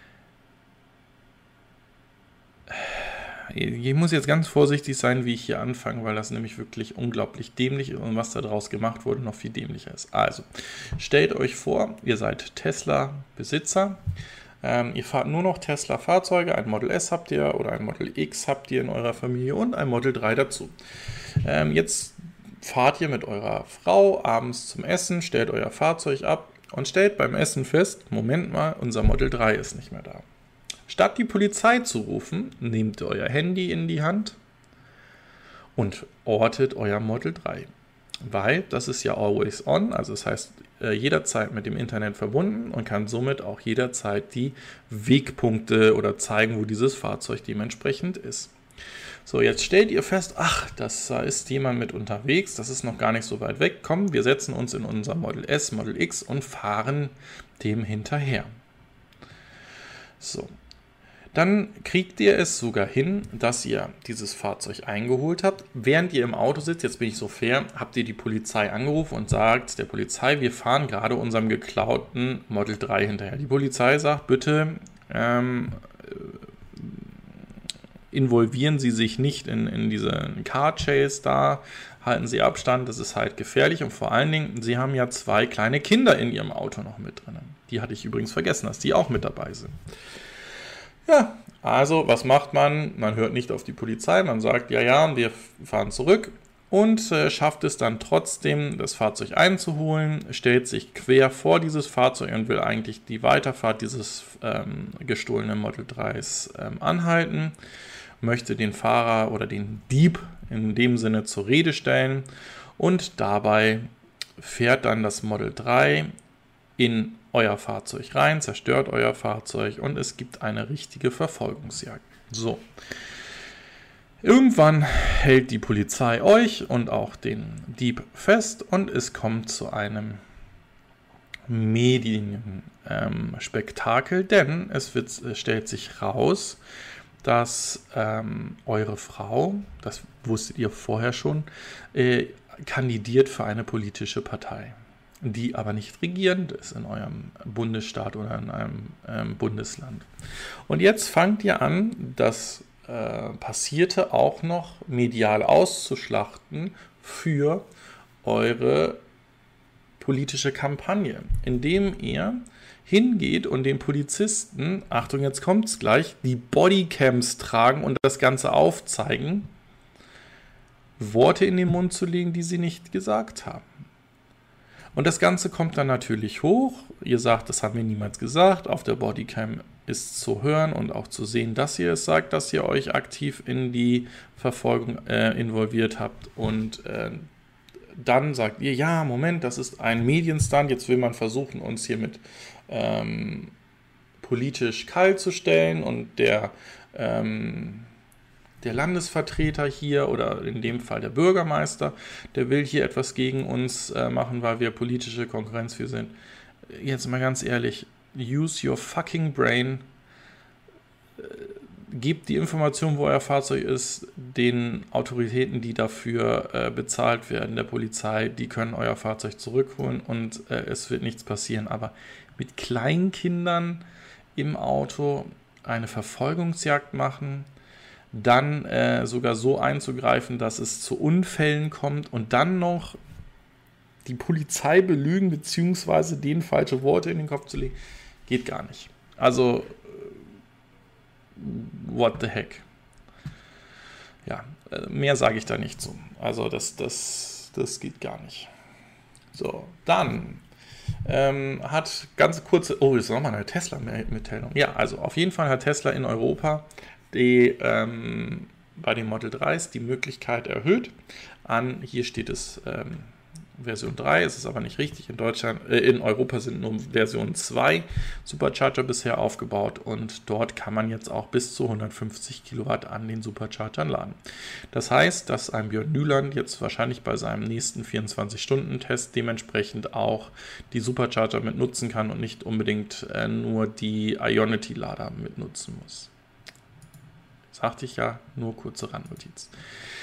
Ich muss jetzt ganz vorsichtig sein, wie ich hier anfange, weil das nämlich wirklich unglaublich dämlich ist und was da draus gemacht wurde, noch viel dämlicher ist. Also, stellt euch vor, ihr seid Tesla-Besitzer, ähm, ihr fahrt nur noch Tesla-Fahrzeuge, ein Model S habt ihr oder ein Model X habt ihr in eurer Familie und ein Model drei dazu. Ähm, jetzt fahrt ihr mit eurer Frau abends zum Essen, stellt euer Fahrzeug ab und stellt beim Essen fest, Moment mal, unser Model drei ist nicht mehr da. Statt die Polizei zu rufen, nehmt ihr euer Handy in die Hand und ortet euer Model drei. Weil das ist ja always on, also das heißt jederzeit mit dem Internet verbunden und kann somit auch jederzeit die Wegpunkte oder zeigen, wo dieses Fahrzeug dementsprechend ist. So, jetzt stellt ihr fest, ach, das ist jemand mit unterwegs, das ist noch gar nicht so weit weg. Komm, wir setzen uns in unser Model S, Model X und fahren dem hinterher. So. Dann kriegt ihr es sogar hin, dass ihr dieses Fahrzeug eingeholt habt. Während ihr im Auto sitzt, jetzt bin ich so fair, habt ihr die Polizei angerufen und sagt der Polizei, wir fahren gerade unserem geklauten Model drei hinterher. Die Polizei sagt, bitte ähm, involvieren Sie sich nicht in, in diesen Car Chase da, halten Sie Abstand, das ist halt gefährlich und vor allen Dingen, Sie haben ja zwei kleine Kinder in Ihrem Auto noch mit drin. Die hatte ich übrigens vergessen, dass die auch mit dabei sind. Ja, also was macht man? Man hört nicht auf die Polizei, man sagt, ja, ja, wir fahren zurück und äh, schafft es dann trotzdem, das Fahrzeug einzuholen, stellt sich quer vor dieses Fahrzeug und will eigentlich die Weiterfahrt dieses ähm, gestohlenen Model dreis ähm, anhalten, möchte den Fahrer oder den Dieb in dem Sinne zur Rede stellen und dabei fährt dann das Model drei in euer Fahrzeug rein, zerstört euer Fahrzeug und es gibt eine richtige Verfolgungsjagd. So. Irgendwann hält die Polizei euch und auch den Dieb fest und es kommt zu einem Medienspektakel, ähm, denn es, wird, es stellt sich raus, dass ähm, eure Frau, das wusstet ihr vorher schon, äh, kandidiert für eine politische Partei, die aber nicht regierend ist in eurem Bundesstaat oder in einem ähm, Bundesland. Und jetzt fangt ihr an, das äh, Passierte auch noch medial auszuschlachten für eure politische Kampagne, indem ihr hingeht und den Polizisten, Achtung, jetzt kommt's gleich, die Bodycams tragen und das Ganze aufzeigen, Worte in den Mund zu legen, die sie nicht gesagt haben. Und das Ganze kommt dann natürlich hoch. Ihr sagt, das haben wir niemals gesagt. Auf der Bodycam ist zu hören und auch zu sehen, dass ihr es sagt, dass ihr euch aktiv in die Verfolgung äh, involviert habt. Und äh, dann sagt ihr, ja, Moment, das ist ein Medienstunt. Jetzt will man versuchen, uns hier mit ähm, politisch kalt zu stellen. Und der... Ähm, Der Landesvertreter hier oder in dem Fall der Bürgermeister, der will hier etwas gegen uns äh, machen, weil wir politische Konkurrenz für sind. Jetzt mal ganz ehrlich, use your fucking brain. Äh, gebt die Information, wo euer Fahrzeug ist, den Autoritäten, die dafür äh, bezahlt werden, der Polizei, die können euer Fahrzeug zurückholen und äh, es wird nichts passieren. Aber mit Kleinkindern im Auto eine Verfolgungsjagd machen, dann äh, sogar so einzugreifen, dass es zu Unfällen kommt und dann noch die Polizei belügen bzw. denen falsche Worte in den Kopf zu legen, geht gar nicht. Also, what the heck. ja, mehr sage ich da nicht zu. Also das, das, das geht gar nicht. So, dann ähm, hat ganz kurze, oh, das ist nochmal eine Tesla-Mitteilung. Ja, also auf jeden Fall hat Tesla in Europa die, ähm, bei den Model dreis die Möglichkeit erhöht an, hier steht es ähm, Version drei, es ist aber nicht richtig, in Deutschland, äh, in Europa sind nur Version zwei Supercharger bisher aufgebaut und dort kann man jetzt auch bis zu hundertfünfzig Kilowatt an den Superchargern laden. Das heißt, dass ein Björn Nyland jetzt wahrscheinlich bei seinem nächsten vierundzwanzig-Stunden-Test dementsprechend auch die Supercharger mit nutzen kann und nicht unbedingt äh, nur die Ionity-Lader mit nutzen muss. Sagte ich ja, nur kurze Randnotiz.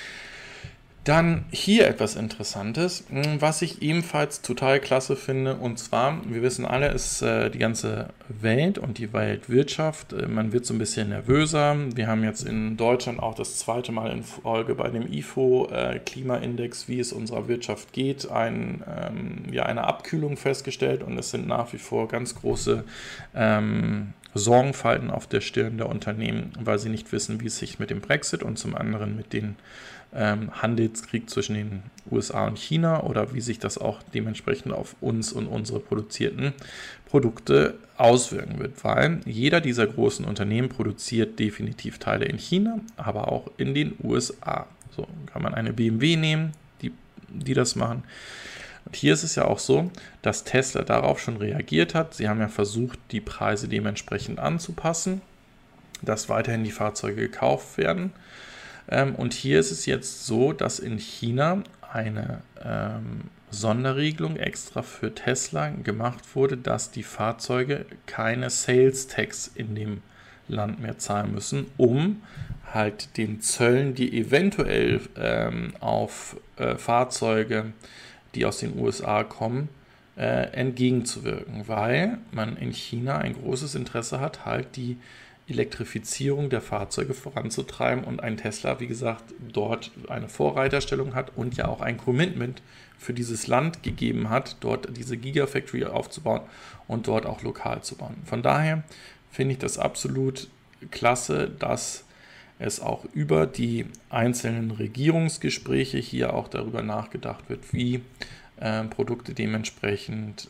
Dann hier etwas Interessantes, was ich ebenfalls total klasse finde, und zwar, wir wissen alle, ist äh, die ganze Welt und die Weltwirtschaft, äh, man wird so ein bisschen nervöser. Wir haben jetzt in Deutschland auch das zweite Mal in Folge bei dem I F O-Klimaindex, äh, wie es unserer Wirtschaft geht, ein, ähm, ja, eine Abkühlung festgestellt, und es sind nach wie vor ganz große ähm, Sorgenfalten auf der Stirn der Unternehmen, weil sie nicht wissen, wie es sich mit dem Brexit und zum anderen mit den ähm, Handelskrieg zwischen den U S A und China oder wie sich das auch dementsprechend auf uns und unsere produzierten Produkte auswirken wird, weil jeder dieser großen Unternehmen produziert definitiv Teile in China, aber auch in den U S A. So kann man eine B M W nehmen, die, die das machen. Und hier ist es ja auch so, dass Tesla darauf schon reagiert hat. Sie haben ja versucht, die Preise dementsprechend anzupassen, dass weiterhin die Fahrzeuge gekauft werden. Ähm, und hier ist es jetzt so, dass in China eine ähm, Sonderregelung extra für Tesla gemacht wurde, dass die Fahrzeuge keine Sales Tax in dem Land mehr zahlen müssen, um halt den Zöllen, die eventuell ähm, auf äh, Fahrzeuge, die aus den U S A kommen, äh, entgegenzuwirken, weil man in China ein großes Interesse hat, halt die Elektrifizierung der Fahrzeuge voranzutreiben und ein Tesla, wie gesagt, dort eine Vorreiterstellung hat und ja auch ein Commitment für dieses Land gegeben hat, dort diese Gigafactory aufzubauen und dort auch lokal zu bauen. Von daher finde ich das absolut klasse, dass es auch über die einzelnen Regierungsgespräche hier auch darüber nachgedacht wird, wie äh, Produkte dementsprechend,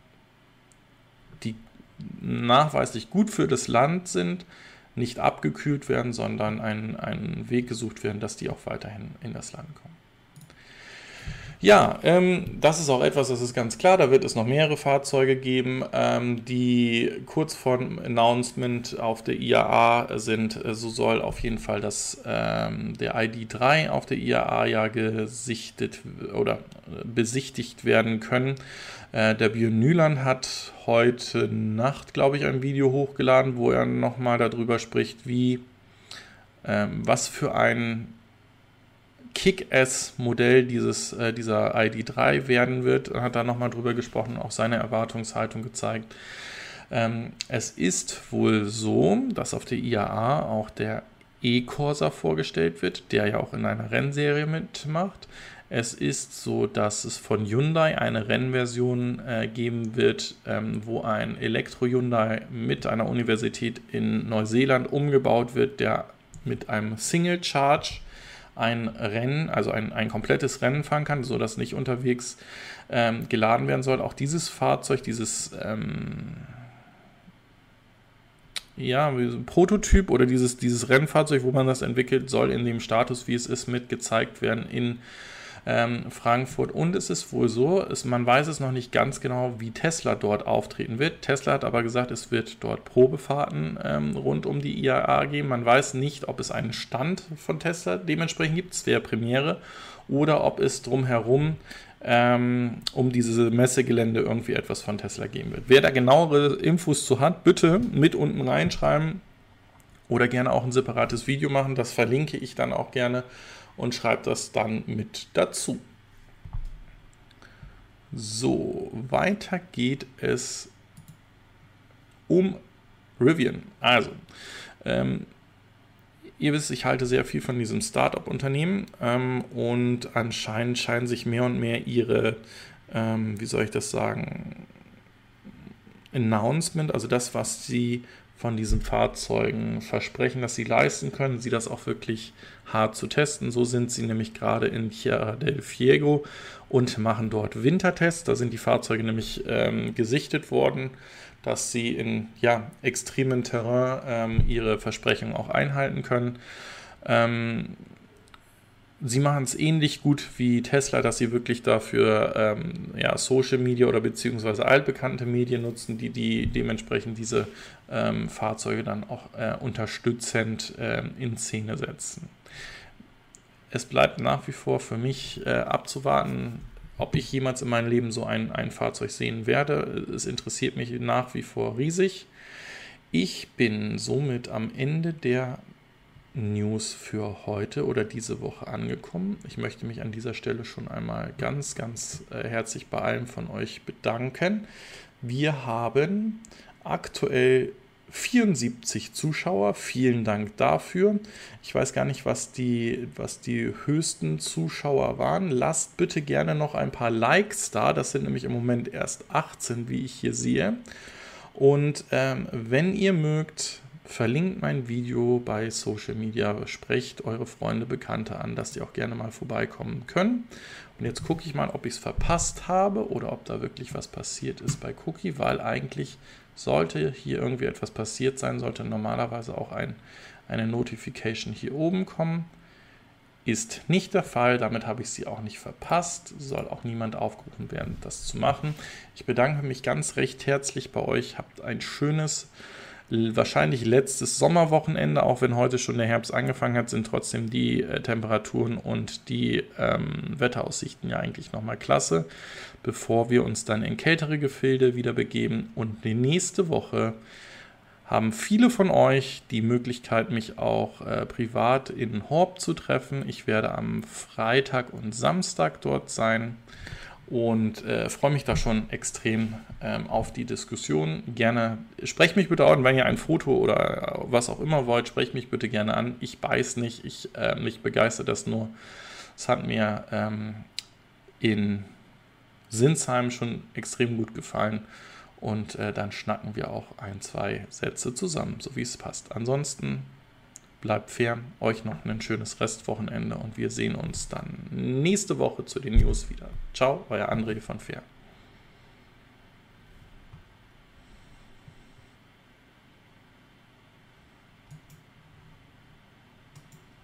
die nachweislich gut für das Land sind, nicht abgekühlt werden, sondern ein, ein Weg gesucht werden, dass die auch weiterhin in das Land kommen. Ja, ähm, das ist auch etwas, das ist ganz klar, da wird es noch mehrere Fahrzeuge geben, ähm, die kurz vor dem Announcement auf der I A A sind. So soll auf jeden Fall das, ähm, der I D drei auf der I A A ja gesichtet oder besichtigt werden können. Äh, der Björn Nyland hat heute Nacht, glaube ich, ein Video hochgeladen, wo er nochmal darüber spricht, wie, ähm, was für ein Kick-Ass-Modell dieses, äh, dieser I D drei werden wird. Er hat da nochmal drüber gesprochen, auch seine Erwartungshaltung gezeigt. Ähm, es ist wohl so, dass auf der I A A auch der E-Corsa vorgestellt wird, der ja auch in einer Rennserie mitmacht. Es ist so, dass es von Hyundai eine Rennversion äh, geben wird, ähm, wo ein Elektro-Hyundai mit einer Universität in Neuseeland umgebaut wird, der mit einem Single Charge ein Rennen, also ein, ein komplettes Rennen fahren kann, sodass nicht unterwegs ähm, geladen werden soll. Auch dieses Fahrzeug, dieses ähm, ja, Prototyp oder dieses, dieses Rennfahrzeug, wo man das entwickelt, soll in dem Status, wie es ist, mit gezeigt werden in ähm, Frankfurt. Und es ist wohl so, es, man weiß es noch nicht ganz genau, wie Tesla dort auftreten wird. Tesla hat aber gesagt, es wird dort Probefahrten ähm, rund um die I A A geben. Man weiß nicht, ob es einen Stand von Tesla dementsprechend gibt, es wäre Premiere, oder ob es drumherum ähm, um diese Messegelände irgendwie etwas von Tesla geben wird. Wer da genauere Infos zu hat, bitte mit unten reinschreiben oder gerne auch ein separates Video machen. Das verlinke ich dann auch gerne und schreibt das dann mit dazu. So, weiter geht es um Rivian. Also, ähm, ihr wisst, ich halte sehr viel von diesem Startup-Unternehmen ähm, und anscheinend scheinen sich mehr und mehr ihre, ähm, wie soll ich das sagen, Announcement, also das, was sie von diesen Fahrzeugen versprechen, dass sie leisten können, sie das auch wirklich hart zu testen. So sind sie nämlich gerade in Tierra del Fuego und machen dort Wintertests. Da sind die Fahrzeuge nämlich ähm, gesichtet worden, dass sie in ja, extremem Terrain ähm, ihre Versprechungen auch einhalten können. Ähm, Sie machen es ähnlich gut wie Tesla, dass sie wirklich dafür ähm, ja, Social Media oder beziehungsweise altbekannte Medien nutzen, die, die dementsprechend diese ähm, Fahrzeuge dann auch äh, unterstützend äh, in Szene setzen. Es bleibt nach wie vor für mich äh, abzuwarten, ob ich jemals in meinem Leben so ein, ein Fahrzeug sehen werde. Es interessiert mich nach wie vor riesig. Ich bin somit am Ende der News für heute oder diese Woche angekommen. Ich möchte mich an dieser Stelle schon einmal ganz, ganz äh, herzlich bei allen von euch bedanken. Wir haben aktuell vierundsiebzig Zuschauer. Vielen Dank dafür. Ich weiß gar nicht, was die, was die höchsten Zuschauer waren. Lasst bitte gerne noch ein paar Likes da. Das sind nämlich im Moment erst achtzehn, wie ich hier sehe. Und ähm, wenn ihr mögt, verlinkt mein Video bei Social Media, sprecht eure Freunde, Bekannte an, dass die auch gerne mal vorbeikommen können. Und jetzt gucke ich mal, ob ich es verpasst habe oder ob da wirklich was passiert ist bei Cookie, weil eigentlich sollte hier irgendwie etwas passiert sein, sollte normalerweise auch ein, eine Notification hier oben kommen. Ist nicht der Fall, damit habe ich sie auch nicht verpasst, soll auch niemand aufgerufen werden, das zu machen. Ich bedanke mich ganz recht herzlich bei euch, habt ein schönes, wahrscheinlich letztes Sommerwochenende, auch wenn heute schon der Herbst angefangen hat, sind trotzdem die äh, Temperaturen und die ähm, Wetteraussichten ja eigentlich nochmal klasse, bevor wir uns dann in kältere Gefilde wieder begeben. Und die nächste Woche haben viele von euch die Möglichkeit, mich auch äh, privat in Horb zu treffen. Ich werde am Freitag und Samstag dort sein. Und äh, freue mich da schon extrem ähm, auf die Diskussion. Gerne, sprecht mich bitte an, wenn ihr ein Foto oder was auch immer wollt, sprecht mich bitte gerne an. Ich beiß nicht, ich, äh, mich begeistert das nur. Es hat mir ähm, in Sinsheim schon extrem gut gefallen. Und äh, dann schnacken wir auch ein, zwei Sätze zusammen, so wie es passt. Ansonsten bleibt fair, euch noch ein schönes Restwochenende und wir sehen uns dann nächste Woche zu den News wieder. Ciao, euer André von Fair.